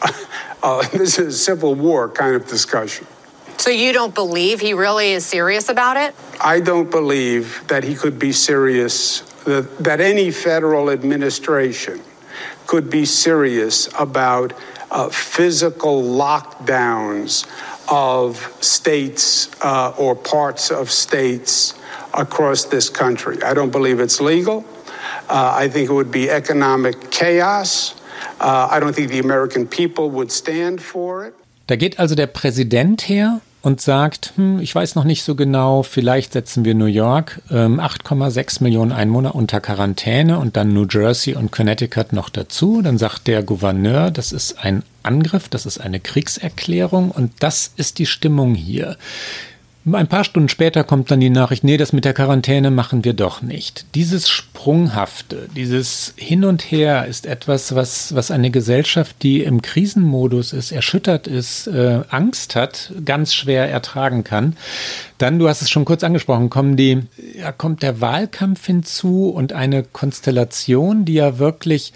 discussion. So you don't believe he really is serious about it? I don't believe that he could be serious, that any federal administration could be serious about physical lockdowns of states or parts of states across this country. I don't believe it's legal. I think it would be economic chaos. I don't think the American people would stand for it. Da geht also der Präsident her und sagt, ich weiß noch nicht so genau, vielleicht setzen wir New York, 8,6 Millionen Einwohner unter Quarantäne und dann New Jersey und Connecticut noch dazu. Dann sagt der Gouverneur, das ist ein Angriff, das ist eine Kriegserklärung und das ist die Stimmung hier. Ein paar Stunden später kommt dann die Nachricht, nee, das mit der Quarantäne machen wir doch nicht. Dieses Sprunghafte, dieses Hin und Her ist etwas, was eine Gesellschaft, die im Krisenmodus ist, erschüttert ist, Angst hat, ganz schwer ertragen kann. Dann, du hast es schon kurz angesprochen, kommt der Wahlkampf hinzu und eine Konstellation, die ja wirklich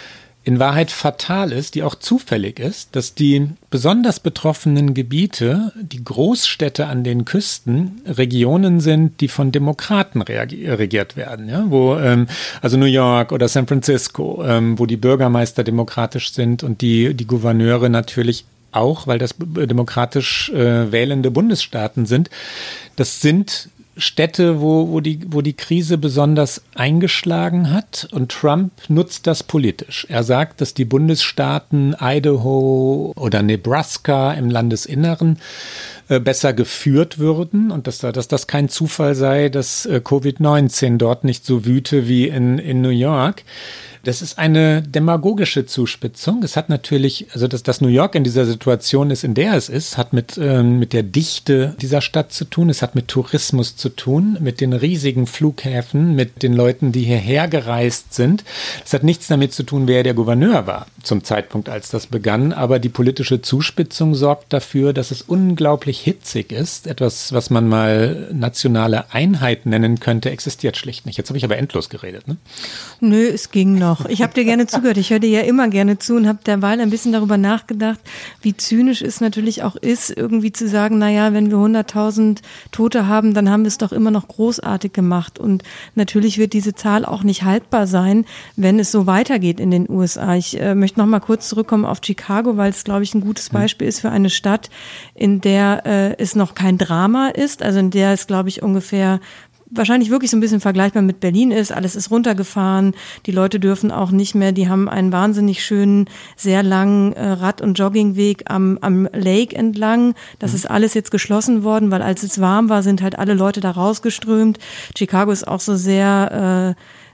in Wahrheit fatal ist, die auch zufällig ist, dass die besonders betroffenen Gebiete, die Großstädte an den Küsten, Regionen sind, die von Demokraten regiert werden, ja? Wo also New York oder San Francisco, wo die Bürgermeister demokratisch sind und die Gouverneure natürlich auch, weil das demokratisch wählende Bundesstaaten sind. Das sind Städte, wo die Krise besonders eingeschlagen hat und Trump nutzt das politisch. Er sagt, dass die Bundesstaaten Idaho oder Nebraska im Landesinneren besser geführt würden und dass das kein Zufall sei, dass Covid-19 dort nicht so wüte wie in New York. Das ist eine demagogische Zuspitzung. Es hat natürlich, also dass New York in dieser Situation ist, in der es ist, hat mit der Dichte dieser Stadt zu tun. Es hat mit Tourismus zu tun, mit den riesigen Flughäfen, mit den Leuten, die hierher gereist sind. Es hat nichts damit zu tun, wer der Gouverneur war zum Zeitpunkt, als das begann. Aber die politische Zuspitzung sorgt dafür, dass es unglaublich hitzig ist. Etwas, was man mal nationale Einheit nennen könnte, existiert schlicht nicht. Jetzt habe ich aber endlos geredet, ne? Nö, es ging noch. Ich habe dir gerne zugehört. Ich höre dir ja immer gerne zu und habe derweil ein bisschen darüber nachgedacht, wie zynisch es natürlich auch ist, irgendwie zu sagen, naja, wenn wir 100.000 Tote haben, dann haben wir es doch immer noch großartig gemacht. Und natürlich wird diese Zahl auch nicht haltbar sein, wenn es so weitergeht in den USA. Ich möchte noch mal kurz zurückkommen auf Chicago, weil es, glaube ich, ein gutes Beispiel ist für eine Stadt, in der es noch kein Drama ist, also in der es, glaube ich, ungefähr wahrscheinlich wirklich so ein bisschen vergleichbar mit Berlin ist. Alles ist runtergefahren. Die Leute dürfen auch nicht mehr. Die haben einen wahnsinnig schönen, sehr langen Rad- und Joggingweg am Lake entlang. Das ist alles jetzt geschlossen worden, weil als es warm war, sind halt alle Leute da rausgeströmt. Chicago ist auch so sehr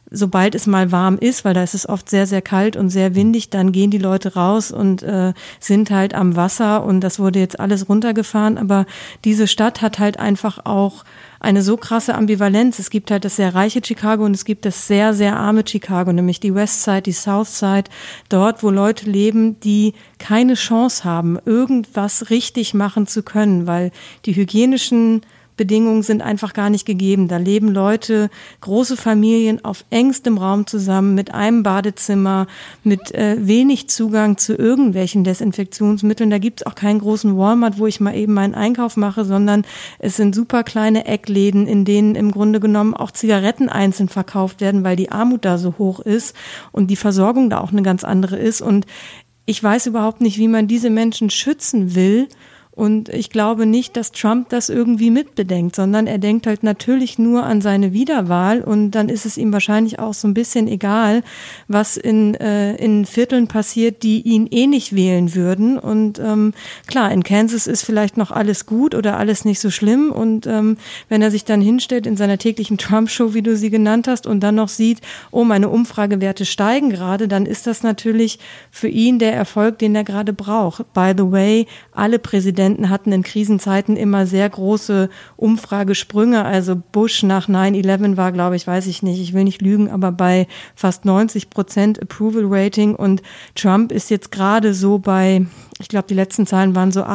sobald es mal warm ist, weil da ist es oft sehr, sehr kalt und sehr windig, dann gehen die Leute raus und sind halt am Wasser und das wurde jetzt alles runtergefahren. Aber diese Stadt hat halt einfach auch eine so krasse Ambivalenz. Es gibt halt das sehr reiche Chicago und es gibt das sehr, sehr arme Chicago, nämlich die West Side, die South Side, dort, wo Leute leben, die keine Chance haben, irgendwas richtig machen zu können, weil die hygienischen Bedingungen sind einfach gar nicht gegeben. Da leben Leute, große Familien auf engstem Raum zusammen mit einem Badezimmer, mit wenig Zugang zu irgendwelchen Desinfektionsmitteln. Da gibt's auch keinen großen Walmart, wo ich mal eben meinen Einkauf mache, sondern es sind super kleine Eckläden, in denen im Grunde genommen auch Zigaretten einzeln verkauft werden, weil die Armut da so hoch ist und die Versorgung da auch eine ganz andere ist. Und ich weiß überhaupt nicht, wie man diese Menschen schützen will. Und ich glaube nicht, dass Trump das irgendwie mitbedenkt, sondern er denkt halt natürlich nur an seine Wiederwahl und dann ist es ihm wahrscheinlich auch so ein bisschen egal, was in Vierteln passiert, die ihn eh nicht wählen würden. Und klar, in Kansas ist vielleicht noch alles gut oder alles nicht so schlimm und wenn er sich dann hinstellt in seiner täglichen Trump-Show, wie du sie genannt hast, und dann noch sieht, oh, meine Umfragewerte steigen gerade, dann ist das natürlich für ihn der Erfolg, den er gerade braucht. By the way, alle Präsidenten hatten in Krisenzeiten immer sehr große Umfragesprünge. Also Bush nach 9/11 war, glaube ich, weiß ich nicht, ich will nicht lügen, aber bei fast 90% Approval Rating und Trump ist jetzt gerade so bei, ich glaube, die letzten Zahlen waren so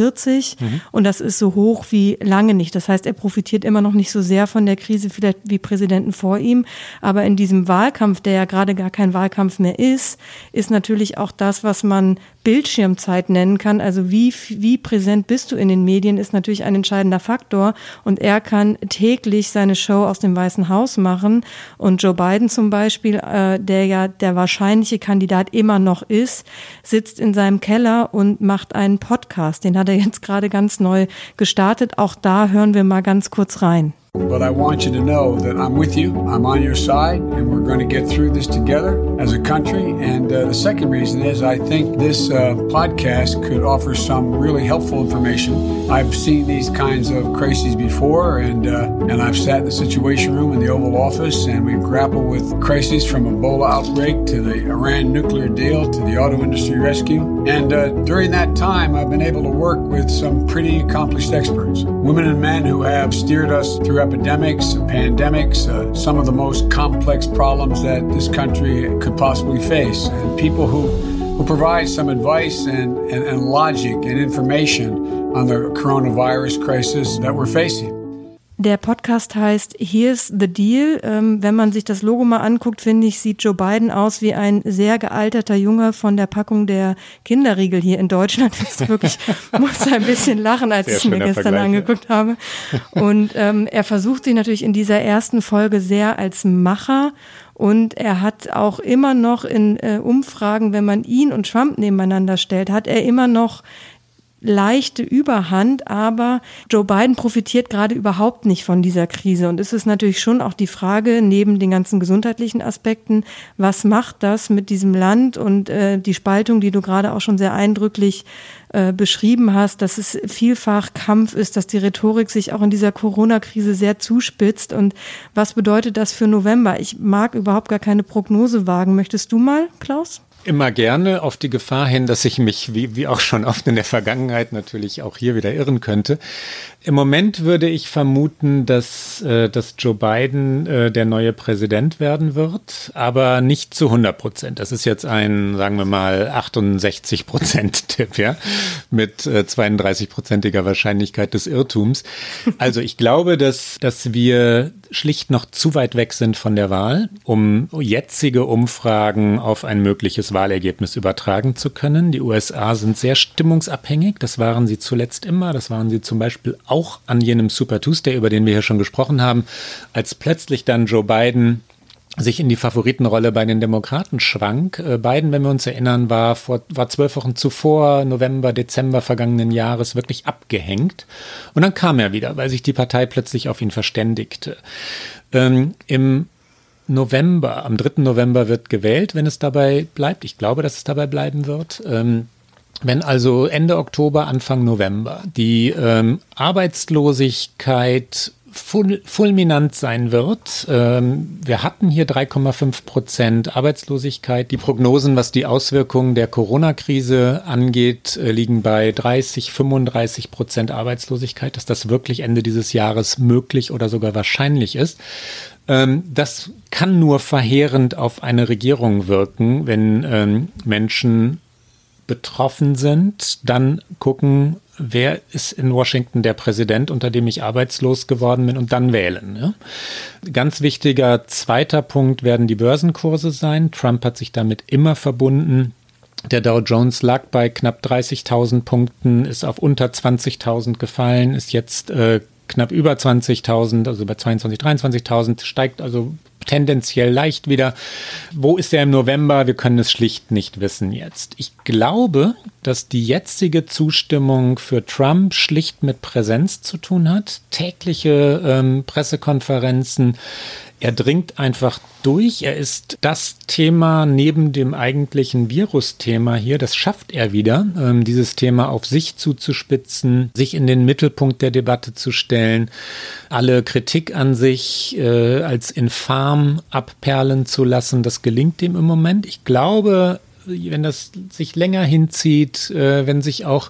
48 und das ist so hoch wie lange nicht. Das heißt, er profitiert immer noch nicht so sehr von der Krise vielleicht wie Präsidenten vor ihm, aber in diesem Wahlkampf, der ja gerade gar kein Wahlkampf mehr ist natürlich auch das, was man Bildschirmzeit nennen kann. Also wie präsent bist du in den Medien, ist natürlich ein entscheidender Faktor und er kann täglich seine Show aus dem Weißen Haus machen und Joe Biden zum Beispiel, der ja der wahrscheinliche Kandidat immer noch ist, sitzt in seinem Keller und macht einen Podcast. Den hat er jetzt gerade ganz neu gestartet. Auch da hören wir mal ganz kurz rein. But I want you to know that I'm with you, I'm on your side, and we're going to get through this together as a country. And the second reason is I think this podcast could offer some really helpful information. I've seen these kinds of crises before, and I've sat in the Situation Room in the Oval Office, and we've grappled with crises from Ebola outbreak to the Iran nuclear deal to the auto industry rescue. And during that time, I've been able to work with some pretty accomplished experts, women and men who have steered us through epidemics, pandemics, some of the most complex problems that this country could possibly face, and people who provide some advice and logic and information on the coronavirus crisis that we're facing. Der Podcast heißt Here's the Deal. Wenn man sich das Logo mal anguckt, finde ich, sieht Joe Biden aus wie ein sehr gealterter Junge von der Packung der Kinderriegel hier in Deutschland. Das ist wirklich, muss ein bisschen lachen, als ich es mir gestern angeguckt habe. Und er versucht sich natürlich in dieser ersten Folge sehr als Macher. Und er hat auch immer noch in Umfragen, wenn man ihn und Trump nebeneinander stellt, hat er immer noch leichte Überhand, aber Joe Biden profitiert gerade überhaupt nicht von dieser Krise. Und es ist natürlich schon auch die Frage, neben den ganzen gesundheitlichen Aspekten, was macht das mit diesem Land und die Spaltung, die du gerade auch schon sehr eindrücklich beschrieben hast, dass es vielfach Kampf ist, dass die Rhetorik sich auch in dieser Corona-Krise sehr zuspitzt. Und was bedeutet das für November? Ich mag überhaupt gar keine Prognose wagen. Möchtest du mal, Klaus? Immer gerne, auf die Gefahr hin, dass ich mich, wie auch schon oft in der Vergangenheit, natürlich auch hier wieder irren könnte. Im Moment würde ich vermuten, dass Joe Biden der neue Präsident werden wird, aber nicht zu 100%. Das ist jetzt ein, sagen wir mal, 68%-Tipp, ja, mit 32%iger Wahrscheinlichkeit des Irrtums. Also ich glaube, dass wir schlicht noch zu weit weg sind von der Wahl, um jetzige Umfragen auf ein mögliches Wahlergebnis übertragen zu können. Die USA sind sehr stimmungsabhängig, das waren sie zuletzt immer, das waren sie zum Beispiel auch an jenem Super Tuesday, über den wir hier schon gesprochen haben, als plötzlich dann Joe Biden sich in die Favoritenrolle bei den Demokraten schwang. Biden, wenn wir uns erinnern, war 12 Wochen zuvor, November, Dezember vergangenen Jahres, wirklich abgehängt. Und dann kam er wieder, weil sich die Partei plötzlich auf ihn verständigte. Im November, am 3. November wird gewählt, wenn es dabei bleibt. Ich glaube, dass es dabei bleiben wird. Wenn also Ende Oktober, Anfang November die Arbeitslosigkeit fulminant sein wird. Wir hatten hier 3,5% Arbeitslosigkeit. Die Prognosen, was die Auswirkungen der Corona-Krise angeht, liegen bei 30-35% Arbeitslosigkeit, dass das wirklich Ende dieses Jahres möglich oder sogar wahrscheinlich ist. Das kann nur verheerend auf eine Regierung wirken, wenn Menschen betroffen sind, dann gucken, wer ist in Washington der Präsident, unter dem ich arbeitslos geworden bin, und dann wählen. Ja? Ganz wichtiger zweiter Punkt werden die Börsenkurse sein. Trump hat sich damit immer verbunden. Der Dow Jones lag bei knapp 30.000 Punkten, ist auf unter 20.000 gefallen, ist jetzt knapp über 20.000, also bei 22.000, 23.000, steigt also tendenziell leicht wieder. Wo ist er im November? Wir können es schlicht nicht wissen jetzt. Ich glaube, dass die jetzige Zustimmung für Trump schlicht mit Präsenz zu tun hat. Tägliche Pressekonferenzen. Er dringt einfach durch. Er ist das Thema neben dem eigentlichen Virusthema hier. Das schafft er wieder, dieses Thema auf sich zuzuspitzen, sich in den Mittelpunkt der Debatte zu stellen, alle Kritik an sich als infam abperlen zu lassen. Das gelingt ihm im Moment. Ich glaube, wenn das sich länger hinzieht, wenn sich auch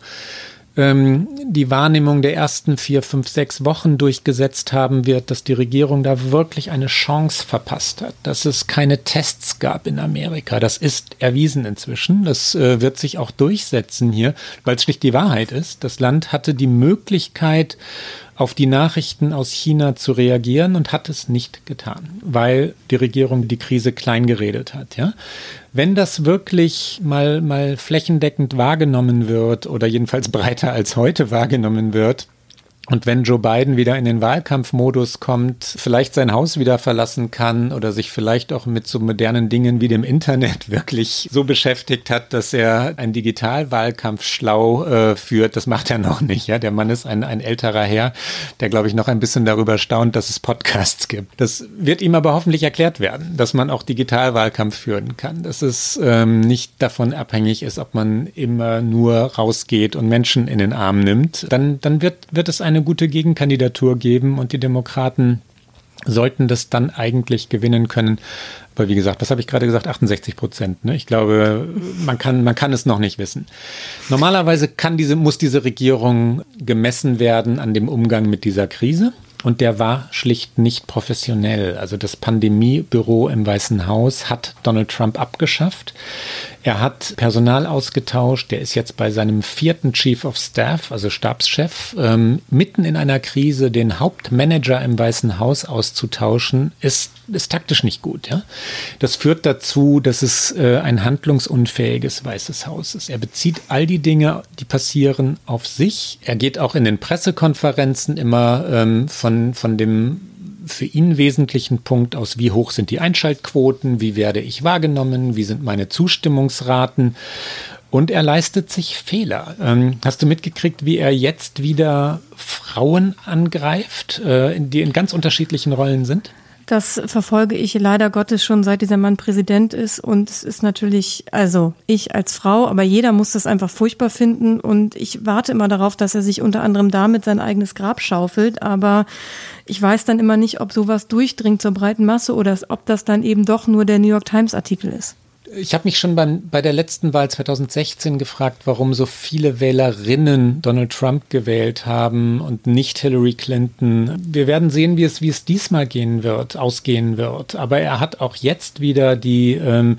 die Wahrnehmung der ersten 4, 5, 6 Wochen durchgesetzt haben wird, dass die Regierung da wirklich eine Chance verpasst hat, dass es keine Tests gab in Amerika. Das ist erwiesen inzwischen. Das wird sich auch durchsetzen hier, weil es schlicht die Wahrheit ist. Das Land hatte die Möglichkeit, auf die Nachrichten aus China zu reagieren und hat es nicht getan, weil die Regierung die Krise kleingeredet hat. Ja? Wenn das wirklich mal flächendeckend wahrgenommen wird oder jedenfalls breiter als heute wahrgenommen wird, und wenn Joe Biden wieder in den Wahlkampfmodus kommt, vielleicht sein Haus wieder verlassen kann oder sich vielleicht auch mit so modernen Dingen wie dem Internet wirklich so beschäftigt hat, dass er einen Digitalwahlkampf schlau führt, das macht er noch nicht. Ja? Der Mann ist ein älterer Herr, der, glaube ich, noch ein bisschen darüber staunt, dass es Podcasts gibt. Das wird ihm aber hoffentlich erklärt werden, dass man auch Digitalwahlkampf führen kann, dass es nicht davon abhängig ist, ob man immer nur rausgeht und Menschen in den Arm nimmt. Dann wird es eine gute Gegenkandidatur geben und die Demokraten sollten das dann eigentlich gewinnen können. Aber wie gesagt, was habe ich gerade gesagt? 68%. Ne? Ich glaube, man kann es noch nicht wissen. Normalerweise muss diese Regierung gemessen werden an dem Umgang mit dieser Krise. Und der war schlicht nicht professionell. Also das Pandemiebüro im Weißen Haus hat Donald Trump abgeschafft. Er hat Personal ausgetauscht. Der ist jetzt bei seinem 4. Chief of Staff, also Stabschef. Mitten in einer Krise den Hauptmanager im Weißen Haus auszutauschen, ist taktisch nicht gut. Ja? Das führt dazu, dass es ein handlungsunfähiges Weißes Haus ist. Er bezieht all die Dinge, die passieren, auf sich. Er geht auch in den Pressekonferenzen immer von dem für ihn wesentlichen Punkt aus, wie hoch sind die Einschaltquoten, wie werde ich wahrgenommen, wie sind meine Zustimmungsraten, und er leistet sich Fehler. Hast du mitgekriegt, wie er jetzt wieder Frauen angreift, die in ganz unterschiedlichen Rollen sind? Das verfolge ich leider Gottes schon, seit dieser Mann Präsident ist, und es ist natürlich, also ich als Frau, aber jeder muss das einfach furchtbar finden, und ich warte immer darauf, dass er sich unter anderem damit sein eigenes Grab schaufelt, aber ich weiß dann immer nicht, ob sowas durchdringt zur breiten Masse oder ob das dann eben doch nur der New York Times Artikel ist. Ich habe mich schon bei der letzten Wahl 2016 gefragt, warum so viele Wählerinnen Donald Trump gewählt haben und nicht Hillary Clinton. Wir werden sehen, wie es diesmal ausgehen wird. Aber er hat auch jetzt wieder die,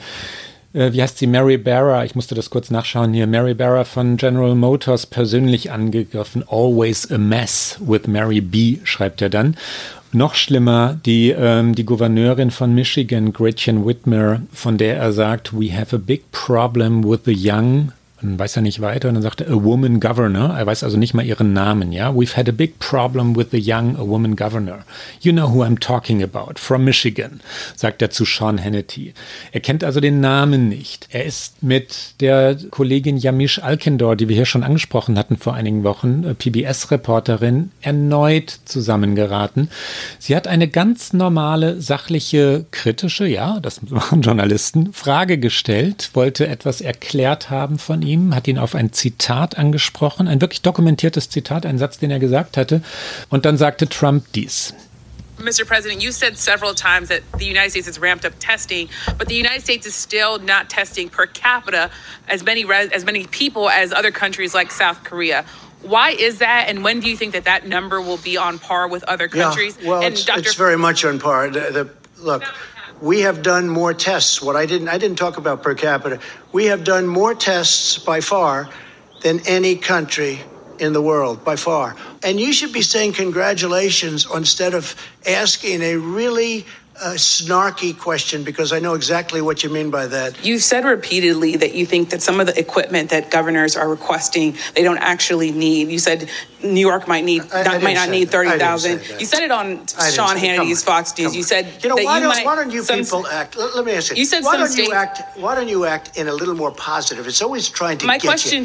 wie heißt sie, Mary Barra, ich musste das kurz nachschauen hier, Mary Barra von General Motors persönlich angegriffen. Always a mess with Mary B., schreibt er dann. Noch schlimmer, die Gouverneurin von Michigan, Gretchen Whitmer, von der er sagt, we have a big problem with the young, dann weiß er nicht weiter, und dann sagt er, a woman governor, er weiß also nicht mal ihren Namen, ja, we've had a big problem with the young, a woman governor. You know who I'm talking about, from Michigan, sagt er zu Sean Hannity. Er kennt also den Namen nicht. Er ist mit der Kollegin Yamiche Alcindor, die wir hier schon angesprochen hatten vor einigen Wochen, PBS-Reporterin, erneut zusammengeraten. Sie hat eine ganz normale, sachliche, kritische, ja, das machen Journalisten, Frage gestellt, wollte etwas erklärt haben von ihm. ihm, hat ihn auf ein Zitat angesprochen, ein wirklich dokumentiertes Zitat, ein Satz, den er gesagt hatte. Und dann sagte Trump dies. Mr. President, you said several times that the United States has ramped up testing, but the United States is still not testing per capita as many people as other countries like South Korea. Why is that, and when do you think that number will be on par with other countries? Yeah, well, it's very much on par. Look, we have done more tests. I didn't talk about per capita. We have done more tests by far than any country in the world, by far. And you should be saying congratulations instead of asking a really snarky question, because I know exactly what you mean by that. You've said repeatedly that you think that some of the equipment that governors are requesting, they don't actually need. You said New York might not need 30,000. You said it on Sean Hannity's Fox News. You said why don't you people act? Let me ask you. You said why don't you act in a little more positive? It's always trying to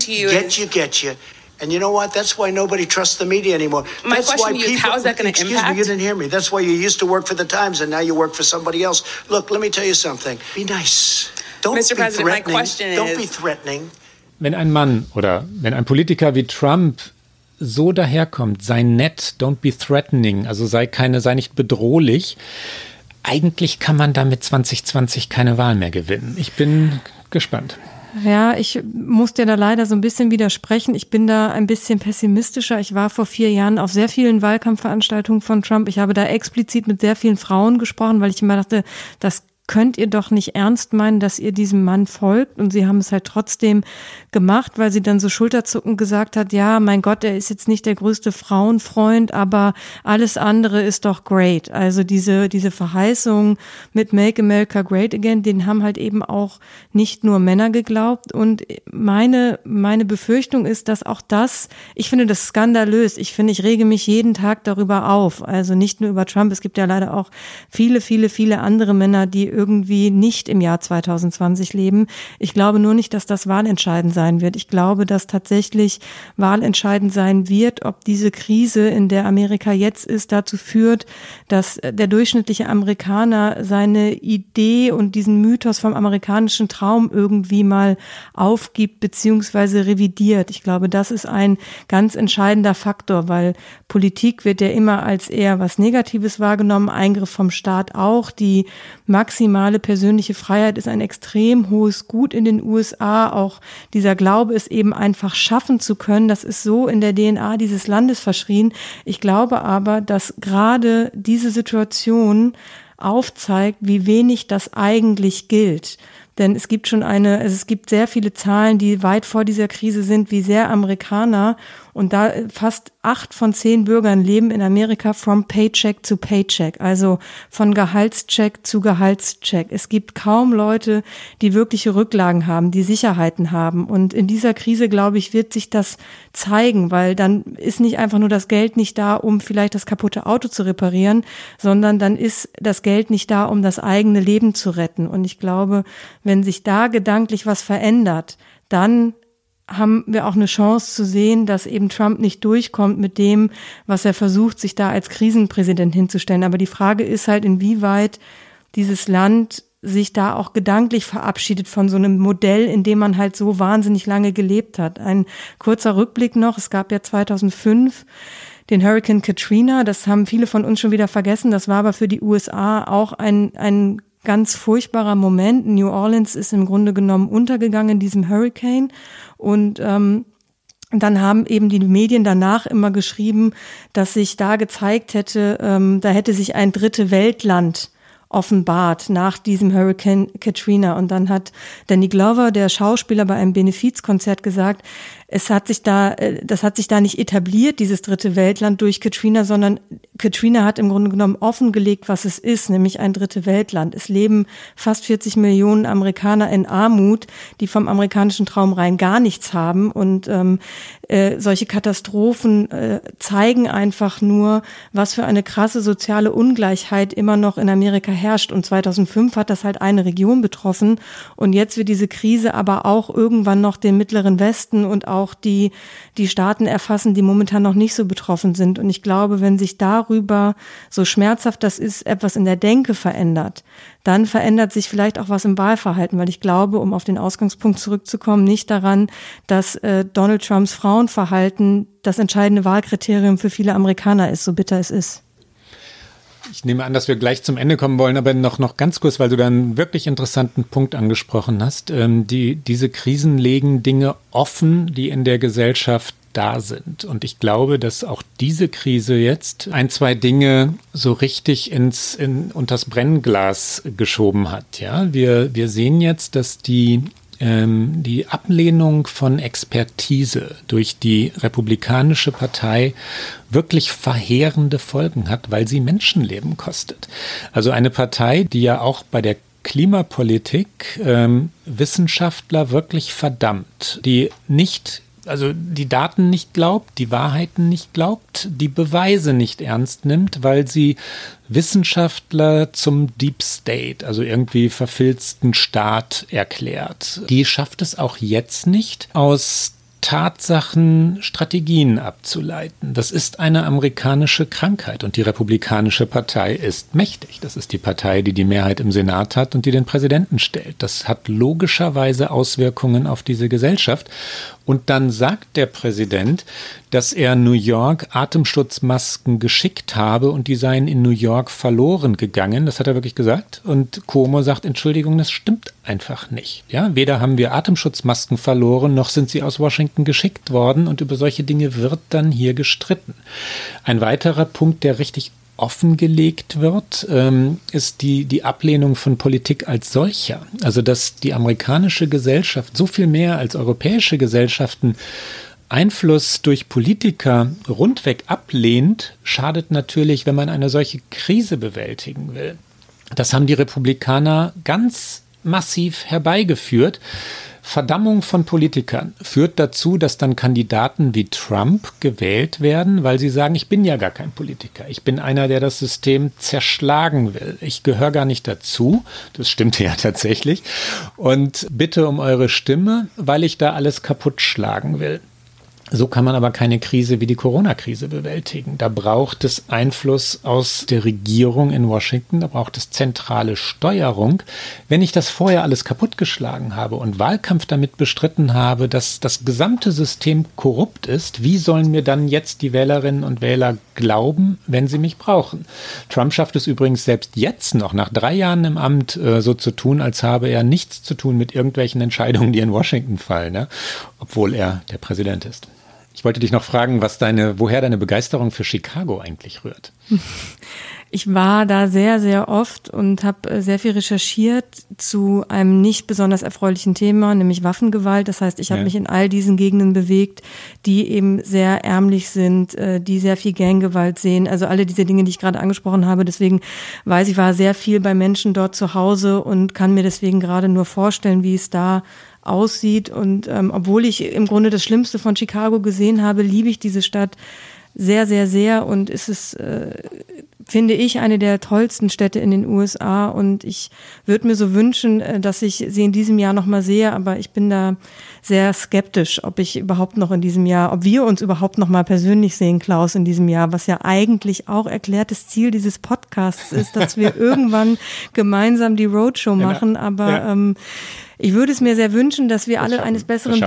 get you. And you know what? That's why nobody trusts the media anymore. My question to you is, how is that going to impact? Excuse me, you didn't hear me. That's why you used to work for the Times and now you work for somebody else. Look, let me tell you something. Be nice. Mr. President, my question Don't be threatening. Wenn ein Mann oder wenn ein Politiker wie Trump so daherkommt, sei nett, don't be threatening, also sei nicht bedrohlich, eigentlich kann man damit 2020 keine Wahl mehr gewinnen. Ich bin gespannt. Ja, ich muss dir da leider so ein bisschen widersprechen. Ich bin da ein bisschen pessimistischer. Ich war vor 4 Jahren auf sehr vielen Wahlkampfveranstaltungen von Trump. Ich habe da explizit mit sehr vielen Frauen gesprochen, weil ich immer dachte, das könnt ihr doch nicht ernst meinen, dass ihr diesem Mann folgt. Und sie haben es halt trotzdem gemacht, weil sie dann so schulterzuckend gesagt hat, ja, mein Gott, er ist jetzt nicht der größte Frauenfreund, aber alles andere ist doch great. Also diese Verheißung mit Make America Great Again, den haben halt eben auch nicht nur Männer geglaubt. Und meine Befürchtung ist, dass auch das, ich finde das skandalös. Ich rege mich jeden Tag darüber auf. Also nicht nur über Trump. Es gibt ja leider auch viele, viele, viele andere Männer, die irgendwie nicht im Jahr 2020 leben. Ich glaube nur nicht, dass das wahlentscheidend sein wird. Ich glaube, dass tatsächlich wahlentscheidend sein wird, ob diese Krise, in der Amerika jetzt ist, dazu führt, dass der durchschnittliche Amerikaner seine Idee und diesen Mythos vom amerikanischen Traum irgendwie mal aufgibt bzw. revidiert. Ich glaube, das ist ein ganz entscheidender Faktor, weil Politik wird ja immer als eher was Negatives wahrgenommen, Eingriff vom Staat auch. Die maximale persönliche Freiheit ist ein extrem hohes Gut in den USA. Auch dieser Glaube, es eben einfach schaffen zu können, das ist so in der DNA dieses Landes verschrien. Ich glaube aber, dass gerade diese Situation aufzeigt, wie wenig das eigentlich gilt. Denn es gibt sehr viele Zahlen, die weit vor dieser Krise sind, wie sehr Amerikaner, und da fast 8 von 10 Bürgern leben in Amerika from Paycheck to Paycheck, also von Gehaltscheck zu Gehaltscheck. Es gibt kaum Leute, die wirkliche Rücklagen haben, die Sicherheiten haben. Und in dieser Krise, glaube ich, wird sich das zeigen, weil dann ist nicht einfach nur das Geld nicht da, um vielleicht das kaputte Auto zu reparieren, sondern dann ist das Geld nicht da, um das eigene Leben zu retten. Und ich glaube, wenn sich da gedanklich was verändert, dann haben wir auch eine Chance zu sehen, dass eben Trump nicht durchkommt mit dem, was er versucht, sich da als Krisenpräsident hinzustellen. Aber die Frage ist halt, inwieweit dieses Land sich da auch gedanklich verabschiedet von so einem Modell, in dem man halt so wahnsinnig lange gelebt hat. Ein kurzer Rückblick noch, es gab ja 2005 den Hurricane Katrina, das haben viele von uns schon wieder vergessen, das war aber für die USA auch ein ganz furchtbarer Moment. New Orleans ist im Grunde genommen untergegangen in diesem Hurricane und dann haben eben die Medien danach immer geschrieben, dass sich da gezeigt hätte, da hätte sich ein dritte Weltland offenbart nach diesem Hurricane Katrina. Und dann hat Danny Glover, der Schauspieler, bei einem Benefizkonzert gesagt, das hat sich da nicht etabliert, dieses dritte Weltland durch Katrina, sondern Katrina hat im Grunde genommen offengelegt, was es ist, nämlich ein dritte Weltland. Es leben fast 40 Millionen Amerikaner in Armut, die vom amerikanischen Traum rein gar nichts haben. Und solche Katastrophen zeigen einfach nur, was für eine krasse soziale Ungleichheit immer noch in Amerika herrscht. Und 2005 hat das halt eine Region betroffen. Und jetzt wird diese Krise aber auch irgendwann noch den Mittleren Westen und auch auch die Staaten erfassen, die momentan noch nicht so betroffen sind. Und ich glaube, wenn sich darüber, so schmerzhaft das ist, etwas in der Denke verändert, dann verändert sich vielleicht auch was im Wahlverhalten, weil ich glaube, um auf den Ausgangspunkt zurückzukommen, nicht daran, dass Donald Trumps Frauenverhalten das entscheidende Wahlkriterium für viele Amerikaner ist, so bitter es ist. Ich nehme an, dass wir gleich zum Ende kommen wollen, aber noch ganz kurz, weil du da einen wirklich interessanten Punkt angesprochen hast. Diese Krisen legen Dinge offen, die in der Gesellschaft da sind. Und ich glaube, dass auch diese Krise jetzt ein, zwei Dinge so richtig unters Brennglas geschoben hat. Ja, wir sehen jetzt, dass die Ablehnung von Expertise durch die Republikanische Partei wirklich verheerende Folgen hat, weil sie Menschenleben kostet. Also eine Partei, die ja auch bei der Klimapolitik Wissenschaftler wirklich verdammt, die die Daten nicht glaubt, die Wahrheiten nicht glaubt, die Beweise nicht ernst nimmt, weil sie Wissenschaftler zum Deep State, also irgendwie verfilzten Staat erklärt. Die schafft es auch jetzt nicht, aus Tatsachen Strategien abzuleiten. Das ist eine amerikanische Krankheit und die Republikanische Partei ist mächtig. Das ist die Partei, die die Mehrheit im Senat hat und die den Präsidenten stellt. Das hat logischerweise Auswirkungen auf diese Gesellschaft. Und dann sagt der Präsident, dass er New York Atemschutzmasken geschickt habe und die seien in New York verloren gegangen. Das hat er wirklich gesagt. Und Cuomo sagt, Entschuldigung, das stimmt einfach nicht. Ja, weder haben wir Atemschutzmasken verloren, noch sind sie aus Washington geschickt worden. Und über solche Dinge wird dann hier gestritten. Ein weiterer Punkt, der richtig offengelegt wird, ist die Ablehnung von Politik als solcher. Also dass die amerikanische Gesellschaft so viel mehr als europäische Gesellschaften Einfluss durch Politiker rundweg ablehnt, schadet natürlich, wenn man eine solche Krise bewältigen will. Das haben die Republikaner ganz massiv herbeigeführt. Verdammung von Politikern führt dazu, dass dann Kandidaten wie Trump gewählt werden, weil sie sagen, ich bin ja gar kein Politiker. Ich bin einer, der das System zerschlagen will. Ich gehöre gar nicht dazu. Das stimmte ja tatsächlich. Und bitte um eure Stimme, weil ich da alles kaputt schlagen will. So kann man aber keine Krise wie die Corona-Krise bewältigen. Da braucht es Einfluss aus der Regierung in Washington, da braucht es zentrale Steuerung. Wenn ich das vorher alles kaputtgeschlagen habe und Wahlkampf damit bestritten habe, dass das gesamte System korrupt ist, wie sollen mir dann jetzt die Wählerinnen und Wähler glauben, wenn sie mich brauchen? Trump schafft es übrigens selbst jetzt noch, nach 3 Jahren im Amt, so zu tun, als habe er nichts zu tun mit irgendwelchen Entscheidungen, die in Washington fallen, ne? Obwohl er der Präsident ist. Ich wollte dich noch fragen, woher deine Begeisterung für Chicago eigentlich rührt. Ich war da sehr, sehr oft und habe sehr viel recherchiert zu einem nicht besonders erfreulichen Thema, nämlich Waffengewalt. Das heißt, ich habe mich in all diesen Gegenden bewegt, die eben sehr ärmlich sind, die sehr viel Ganggewalt sehen. Also alle diese Dinge, die ich gerade angesprochen habe. Deswegen weiß ich, war sehr viel bei Menschen dort zu Hause und kann mir deswegen gerade nur vorstellen, wie es da aussieht. Und obwohl ich im Grunde das Schlimmste von Chicago gesehen habe, liebe ich diese Stadt sehr, sehr, sehr. Und es ist, finde ich, eine der tollsten Städte in den USA. Und ich würde mir so wünschen, dass ich sie in diesem Jahr nochmal sehe. Aber ich bin da sehr skeptisch, ob wir uns überhaupt nochmal persönlich sehen, Klaus, in diesem Jahr. Was ja eigentlich auch erklärtes Ziel dieses Podcasts ist, dass wir irgendwann gemeinsam die Roadshow machen. Aber ich würde es mir sehr wünschen, dass wir alle eines Besseren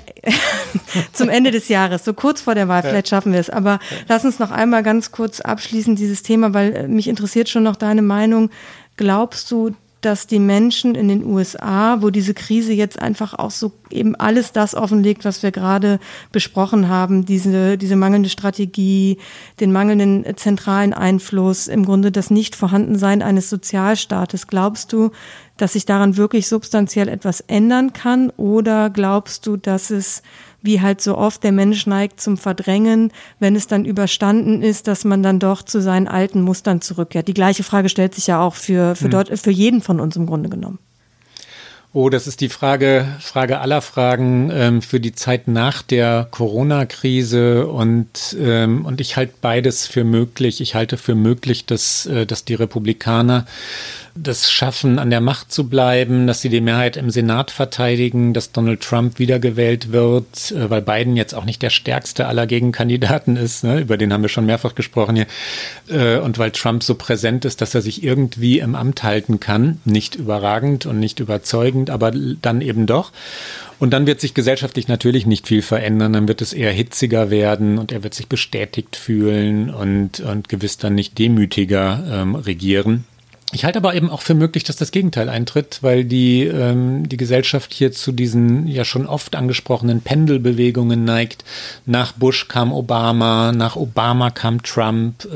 zum Ende des Jahres, so kurz vor der Wahl, vielleicht schaffen wir es. Aber lass uns noch einmal ganz kurz abschließen, dieses Thema, weil mich interessiert schon noch deine Meinung. Glaubst du, dass die Menschen in den USA, wo diese Krise jetzt einfach auch so eben alles das offenlegt, was wir gerade besprochen haben, diese mangelnde Strategie, den mangelnden zentralen Einfluss, im Grunde das Nichtvorhandensein eines Sozialstaates, glaubst du, dass sich daran wirklich substanziell etwas ändern kann? Oder glaubst du, dass es, wie halt so oft, der Mensch neigt zum Verdrängen, wenn es dann überstanden ist, dass man dann doch zu seinen alten Mustern zurückkehrt? Die gleiche Frage stellt sich ja auch für jeden von uns im Grunde genommen. Oh, das ist die Frage aller Fragen für die Zeit nach der Corona-Krise und ich halte beides für möglich. Ich halte für möglich, dass die Republikaner das schaffen, an der Macht zu bleiben, dass sie die Mehrheit im Senat verteidigen, dass Donald Trump wiedergewählt wird, weil Biden jetzt auch nicht der stärkste aller Gegenkandidaten ist, ne? Über den haben wir schon mehrfach gesprochen hier, und weil Trump so präsent ist, dass er sich irgendwie im Amt halten kann, nicht überragend und nicht überzeugend, aber dann eben doch. Und dann wird sich gesellschaftlich natürlich nicht viel verändern, dann wird es eher hitziger werden und er wird sich bestätigt fühlen und gewiss dann nicht demütiger regieren. Ich halte aber eben auch für möglich, dass das Gegenteil eintritt, weil die Gesellschaft hier zu diesen ja schon oft angesprochenen Pendelbewegungen neigt. Nach Bush kam Obama, nach Obama kam Trump.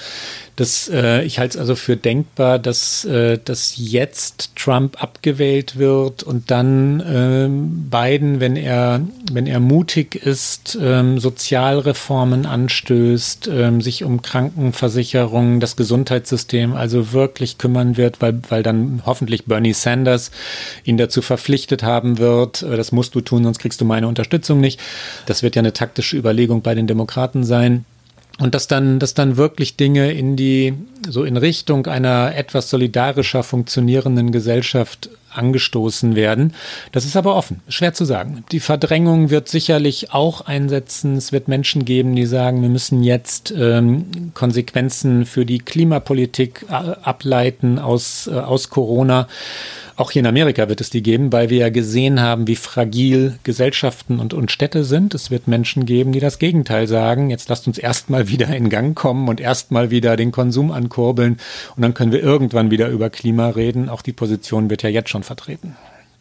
Ich halte es also für denkbar, dass jetzt Trump abgewählt wird und dann Biden, wenn er mutig ist, Sozialreformen anstößt, sich um Krankenversicherung, das Gesundheitssystem also wirklich kümmern wird, weil dann hoffentlich Bernie Sanders ihn dazu verpflichtet haben wird, das musst du tun, sonst kriegst du meine Unterstützung nicht. Das wird ja eine taktische Überlegung bei den Demokraten sein. Und dass dann wirklich Dinge in Richtung einer etwas solidarischer funktionierenden Gesellschaft angestoßen werden. Das ist aber offen, schwer zu sagen. Die Verdrängung wird sicherlich auch einsetzen. Es wird Menschen geben, die sagen, wir müssen jetzt Konsequenzen für die Klimapolitik ableiten aus Corona. Auch hier in Amerika wird es die geben, weil wir ja gesehen haben, wie fragil Gesellschaften und Städte sind. Es wird Menschen geben, die das Gegenteil sagen. Jetzt lasst uns erstmal wieder in Gang kommen und erstmal wieder den Konsum ankurbeln. Und dann können wir irgendwann wieder über Klima reden. Auch die Position wird ja jetzt schon vertreten.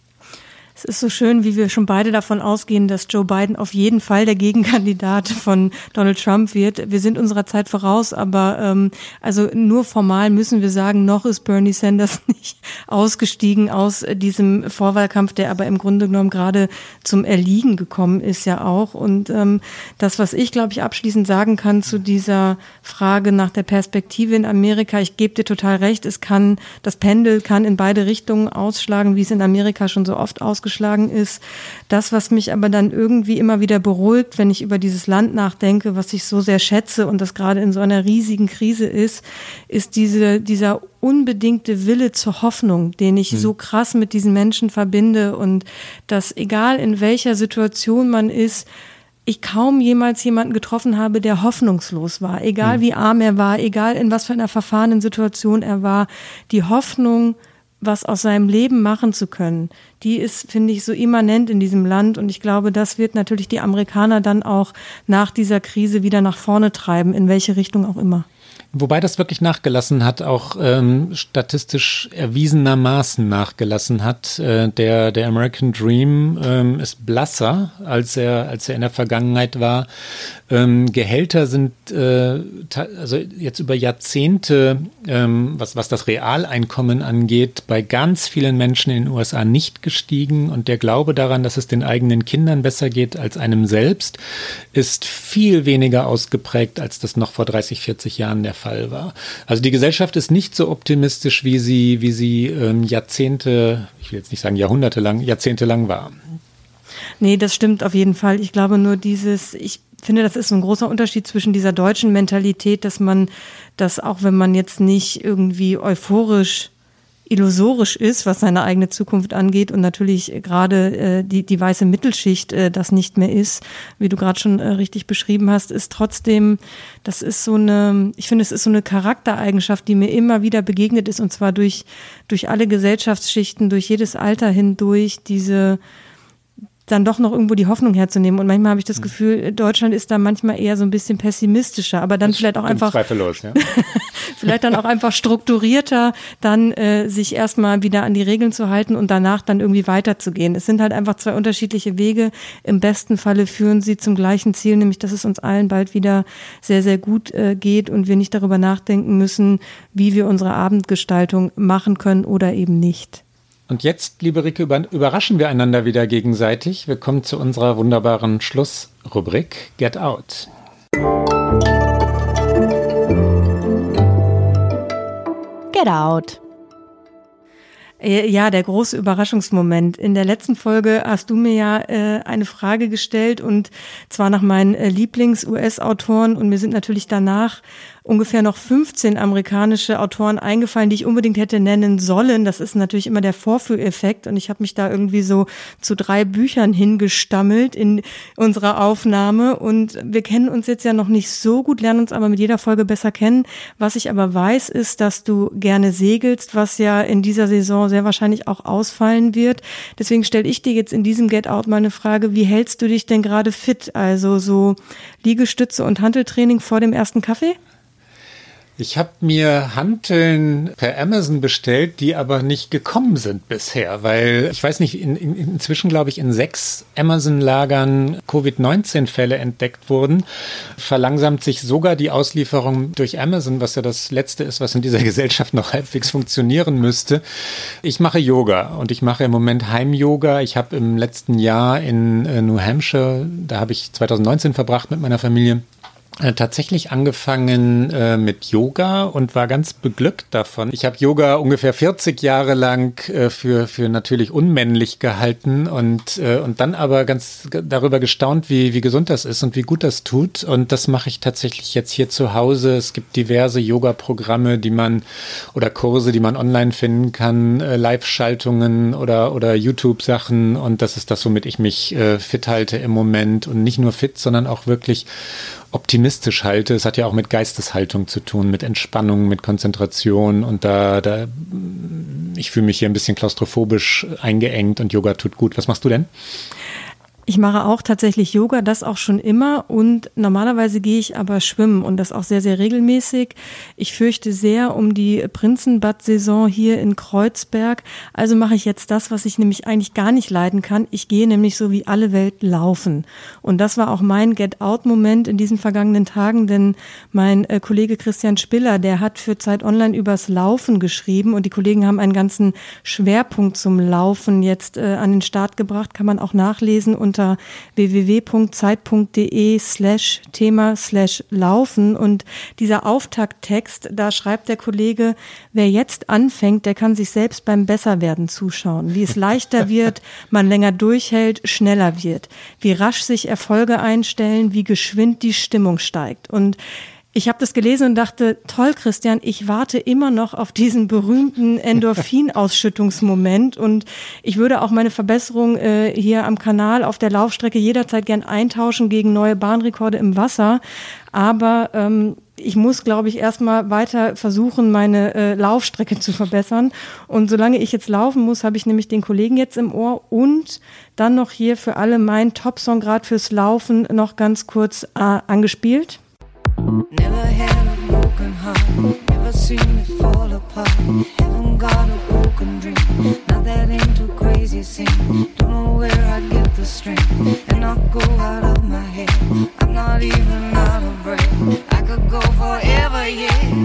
Es ist so schön, wie wir schon beide davon ausgehen, dass Joe Biden auf jeden Fall der Gegenkandidat von Donald Trump wird. Wir sind unserer Zeit voraus, aber also nur formal müssen wir sagen, noch ist Bernie Sanders nicht ausgestiegen aus diesem Vorwahlkampf, der aber im Grunde genommen gerade zum Erliegen gekommen ist ja auch. Und das, was ich, glaube ich, abschließend sagen kann zu dieser Frage nach der Perspektive in Amerika, ich gebe dir total recht, das Pendel kann in beide Richtungen ausschlagen, wie es in Amerika schon so oft ausgeschlagen ist. Das, was mich aber dann irgendwie immer wieder beruhigt, wenn ich über dieses Land nachdenke, was ich so sehr schätze und das gerade in so einer riesigen Krise ist dieser unbedingte Wille zur Hoffnung, den ich so krass mit diesen Menschen verbinde und dass egal in welcher Situation man ist, ich kaum jemals jemanden getroffen habe, der hoffnungslos war. Egal wie arm er war, egal in was für einer verfahrenen Situation er war, die Hoffnung, was aus seinem Leben machen zu können, die ist, finde ich, so immanent in diesem Land. Und ich glaube, das wird natürlich die Amerikaner dann auch nach dieser Krise wieder nach vorne treiben, in welche Richtung auch immer. Wobei das wirklich nachgelassen hat, auch statistisch erwiesenermaßen nachgelassen hat. Der American Dream ist blasser, als er in der Vergangenheit war. Gehälter sind also jetzt über Jahrzehnte, was das Realeinkommen angeht, bei ganz vielen Menschen in den USA nicht gestiegen. Und der Glaube daran, dass es den eigenen Kindern besser geht als einem selbst, ist viel weniger ausgeprägt, als das noch vor 30, 40 Jahren der Fall war. Also die Gesellschaft ist nicht so optimistisch, wie sie Jahrzehnte, ich will jetzt nicht sagen jahrzehntelang war. Nee, das stimmt auf jeden Fall. Ich glaube nur ich finde, das ist so ein großer Unterschied zwischen dieser deutschen Mentalität, dass man das, auch wenn man jetzt nicht irgendwie illusorisch ist, was seine eigene Zukunft angeht und natürlich gerade die weiße Mittelschicht das nicht mehr ist, wie du gerade schon richtig beschrieben hast, ist trotzdem, das ist ich finde, es ist so eine Charaktereigenschaft, die mir immer wieder begegnet ist und zwar durch alle Gesellschaftsschichten, durch jedes Alter hindurch, dann doch noch irgendwo die Hoffnung herzunehmen. Und manchmal habe ich das Gefühl, Deutschland ist da manchmal eher so ein bisschen pessimistischer, aber dann vielleicht auch einfach zweifellos, ja. vielleicht dann auch einfach strukturierter, dann sich erstmal wieder an die Regeln zu halten und danach dann irgendwie weiterzugehen. Es sind halt einfach zwei unterschiedliche Wege. Im besten Falle führen sie zum gleichen Ziel, nämlich dass es uns allen bald wieder sehr, sehr gut geht und wir nicht darüber nachdenken müssen, wie wir unsere Abendgestaltung machen können oder eben nicht. Und jetzt, liebe Rike, überraschen wir einander wieder gegenseitig. Wir kommen zu unserer wunderbaren Schlussrubrik Get Out. Get Out. Ja, der große Überraschungsmoment. In der letzten Folge hast du mir ja eine Frage gestellt und zwar nach meinen Lieblings-US-Autoren und mir sind natürlich danach ungefähr noch 15 amerikanische Autoren eingefallen, die ich unbedingt hätte nennen sollen. Das ist natürlich immer der Vorführeffekt und ich habe mich da irgendwie so zu 3 Büchern hingestammelt in unserer Aufnahme und wir kennen uns jetzt ja noch nicht so gut, lernen uns aber mit jeder Folge besser kennen. Was ich aber weiß, ist, dass du gerne segelst, was ja in dieser Saison sehr wahrscheinlich auch ausfallen wird. Deswegen stelle ich dir jetzt in diesem Get Out mal eine Frage, wie hältst du dich denn gerade fit? Also so Liegestütze und Hanteltraining vor dem ersten Kaffee? Ich habe mir Hanteln per Amazon bestellt, die aber nicht gekommen sind bisher, weil ich weiß nicht, inzwischen glaube ich in 6 Amazon-Lagern Covid-19-Fälle entdeckt wurden. Verlangsamt sich sogar die Auslieferung durch Amazon, was ja das Letzte ist, was in dieser Gesellschaft noch halbwegs funktionieren müsste. Ich mache Yoga und ich mache im Moment Heim-Yoga. Ich habe im letzten Jahr in New Hampshire, da habe ich 2019 verbracht mit meiner Familie, tatsächlich angefangen mit Yoga und war ganz beglückt davon. Ich habe Yoga ungefähr 40 Jahre lang für natürlich unmännlich gehalten und dann aber ganz darüber gestaunt, wie gesund das ist und wie gut das tut. Und das mache ich tatsächlich jetzt hier zu Hause. Es gibt diverse Yoga-Programme, oder Kurse, die man online finden kann, Live-Schaltungen oder YouTube-Sachen. Und das ist das, womit ich mich fit halte im Moment. Und nicht nur fit, sondern auch wirklich optimistisch halte. Es hat ja auch mit Geisteshaltung zu tun, mit Entspannung, mit Konzentration und ich fühle mich hier ein bisschen klaustrophobisch eingeengt und Yoga tut gut. Was machst du denn? Ich mache auch tatsächlich Yoga, das auch schon immer und normalerweise gehe ich aber schwimmen und das auch sehr, sehr regelmäßig. Ich fürchte sehr um die Prinzenbad-Saison hier in Kreuzberg, also mache ich jetzt das, was ich nämlich eigentlich gar nicht leiden kann. Ich gehe nämlich so wie alle Welt laufen und das war auch mein Get-Out-Moment in diesen vergangenen Tagen, denn mein Kollege Christian Spiller, der hat für Zeit Online übers Laufen geschrieben und die Kollegen haben einen ganzen Schwerpunkt zum Laufen jetzt an den Start gebracht, kann man auch nachlesen unter www.zeit.de/Thema/Laufen und dieser Auftakttext, da schreibt der Kollege, wer jetzt anfängt, der kann sich selbst beim Besserwerden zuschauen, wie es leichter wird, man länger durchhält, schneller wird, wie rasch sich Erfolge einstellen, wie geschwind die Stimmung steigt und ich habe das gelesen und dachte, toll, Christian, ich warte immer noch auf diesen berühmten Endorphinausschüttungsmoment und ich würde auch meine Verbesserung hier am Kanal auf der Laufstrecke jederzeit gern eintauschen gegen neue Bahnrekorde im Wasser. Aber ich muss, glaube ich, erstmal weiter versuchen, meine Laufstrecke zu verbessern. Und solange ich jetzt laufen muss, habe ich nämlich den Kollegen jetzt im Ohr und dann noch hier für alle mein Top-Song gerade fürs Laufen noch ganz kurz angespielt. Never had a broken heart, never seen it fall apart. Haven't got a broken dream, not that into crazy scene. Don't know where I get the strength, and I go out of my head. I'm not even out of breath, I could go forever, yeah.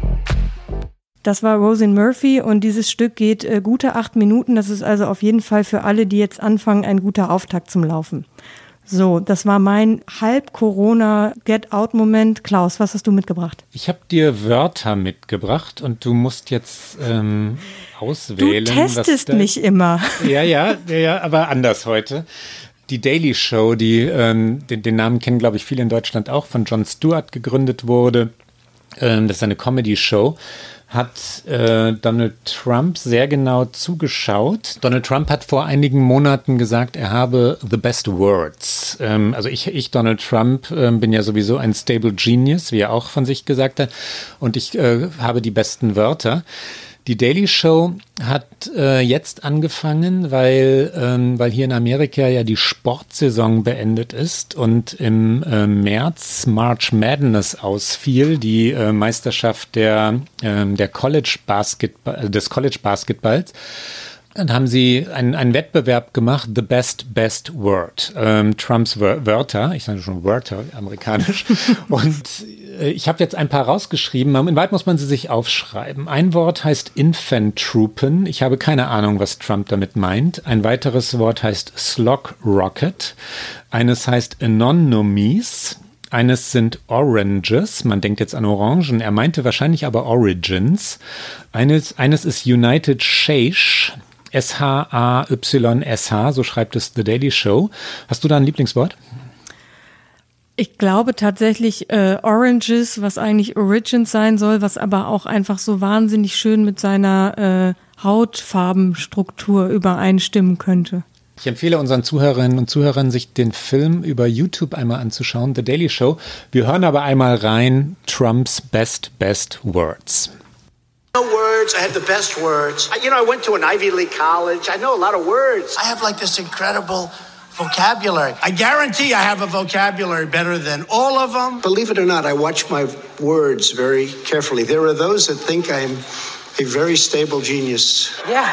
Das war Roisin Murphy und dieses Stück geht gute 8 Minuten. Das ist also auf jeden Fall für alle, die jetzt anfangen, ein guter Auftakt zum Laufen. So, das war mein Halb-Corona-Get-Out-Moment. Klaus, was hast du mitgebracht? Ich habe dir Wörter mitgebrabt und du musst jetzt auswählen. Du testest mich immer. Ja, aber anders heute. Die Daily Show, den Namen kennen, glaube ich, viele in Deutschland auch, von Jon Stewart gegründet wurde. Das ist eine Comedy-Show. Hat Donald Trump sehr genau zugeschaut. Donald Trump hat vor einigen Monaten gesagt, er habe the best words. Also ich Donald Trump, bin ja sowieso ein stable genius, wie er auch von sich gesagt hat. Und ich habe die besten Wörter. Die Daily Show hat jetzt angefangen, weil hier in Amerika ja die Sportsaison beendet ist und im März March Madness ausfiel, die Meisterschaft des College Basketballs. Dann haben sie einen Wettbewerb gemacht, The Best Word, Trumps Wörter, ich sage schon Wörter, amerikanisch. Und ich habe jetzt ein paar rausgeschrieben, in Wahrheit muss man sie sich aufschreiben. Ein Wort heißt Infant-Troopen, ich habe keine Ahnung, was Trump damit meint. Ein weiteres Wort heißt Slog Rocket, eines heißt Anonymies. Eines sind Oranges, man denkt jetzt an Orangen, er meinte wahrscheinlich aber Origins. Eines ist United Shaysh, S-H-A-Y-S-H, so schreibt es The Daily Show. Hast du da ein Lieblingswort? Ich glaube tatsächlich Oranges, was eigentlich Origins sein soll, was aber auch einfach so wahnsinnig schön mit seiner Hautfarbenstruktur übereinstimmen könnte. Ich empfehle unseren Zuhörerinnen und Zuhörern, sich den Film über YouTube einmal anzuschauen, The Daily Show. Wir hören aber einmal rein, Trumps best words. Words, I have the best words. I went to an Ivy League college. I know a lot of words. I have like this incredible vocabulary. I guarantee I have a vocabulary better than all of them. Believe it or not, I watch my words very carefully. There are those that think I'm a very stable genius. Yeah.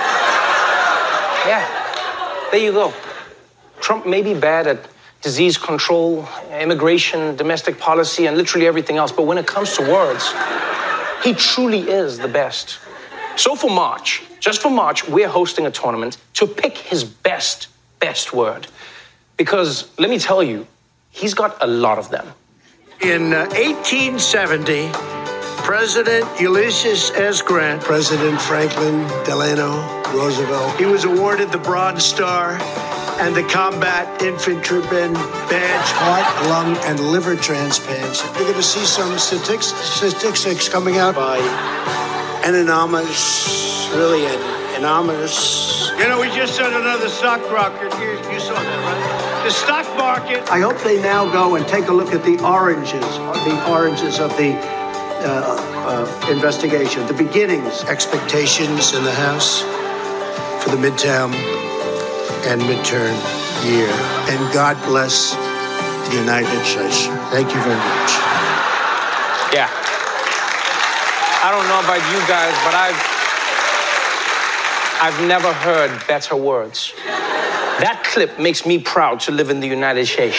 There you go. Trump may be bad at disease control, immigration, domestic policy, and literally everything else. But when it comes to words, he truly is the best. So for March, just for March, we're hosting a tournament to pick his best word. Because let me tell you, he's got a lot of them. In 1870, President Ulysses S. Grant, President Franklin Delano Roosevelt, he was awarded the Bronze Star and the Combat Infantryman Badge, heart, lung, and liver transplants. You're going to see some statistics coming out by anonymous, really anonymous. We just set another stock rocket. You saw that, right? The stock market. I hope they now go and take a look at the oranges of the investigation, the beginnings. Expectations in the House for the midterm and midterm year. And God bless the United States. Thank you very much. Yeah. I don't know about you guys, but I've never heard better words. That clip makes me proud to live in the United States.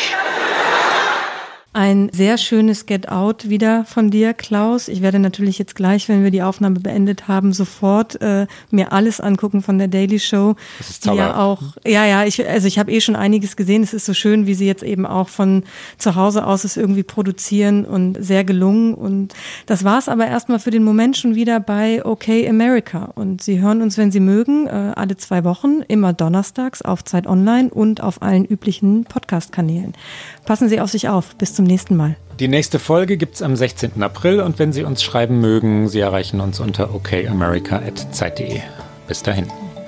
Ein sehr schönes Get Out wieder von dir, Klaus. Ich werde natürlich jetzt gleich, wenn wir die Aufnahme beendet haben, sofort mir alles angucken von der Daily Show. Das ist zauberhaft. Ich habe schon einiges gesehen. Es ist so schön, wie sie jetzt eben auch von zu Hause aus es irgendwie produzieren und sehr gelungen. Und das war es aber erstmal für den Moment schon wieder bei Okay America. Und Sie hören uns, wenn Sie mögen, alle 2 Wochen, immer donnerstags auf Zeit Online und auf allen üblichen Podcast-Kanälen. Passen Sie auf sich auf. Bis zum nächsten Mal. Die nächste Folge gibt's am 16. April und wenn Sie uns schreiben mögen, Sie erreichen uns unter okayamerica@zeit.de. Bis dahin.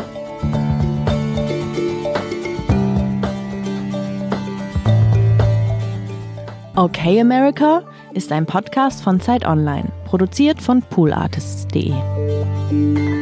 Okay America ist ein Podcast von Zeit Online, produziert von poolartists.de.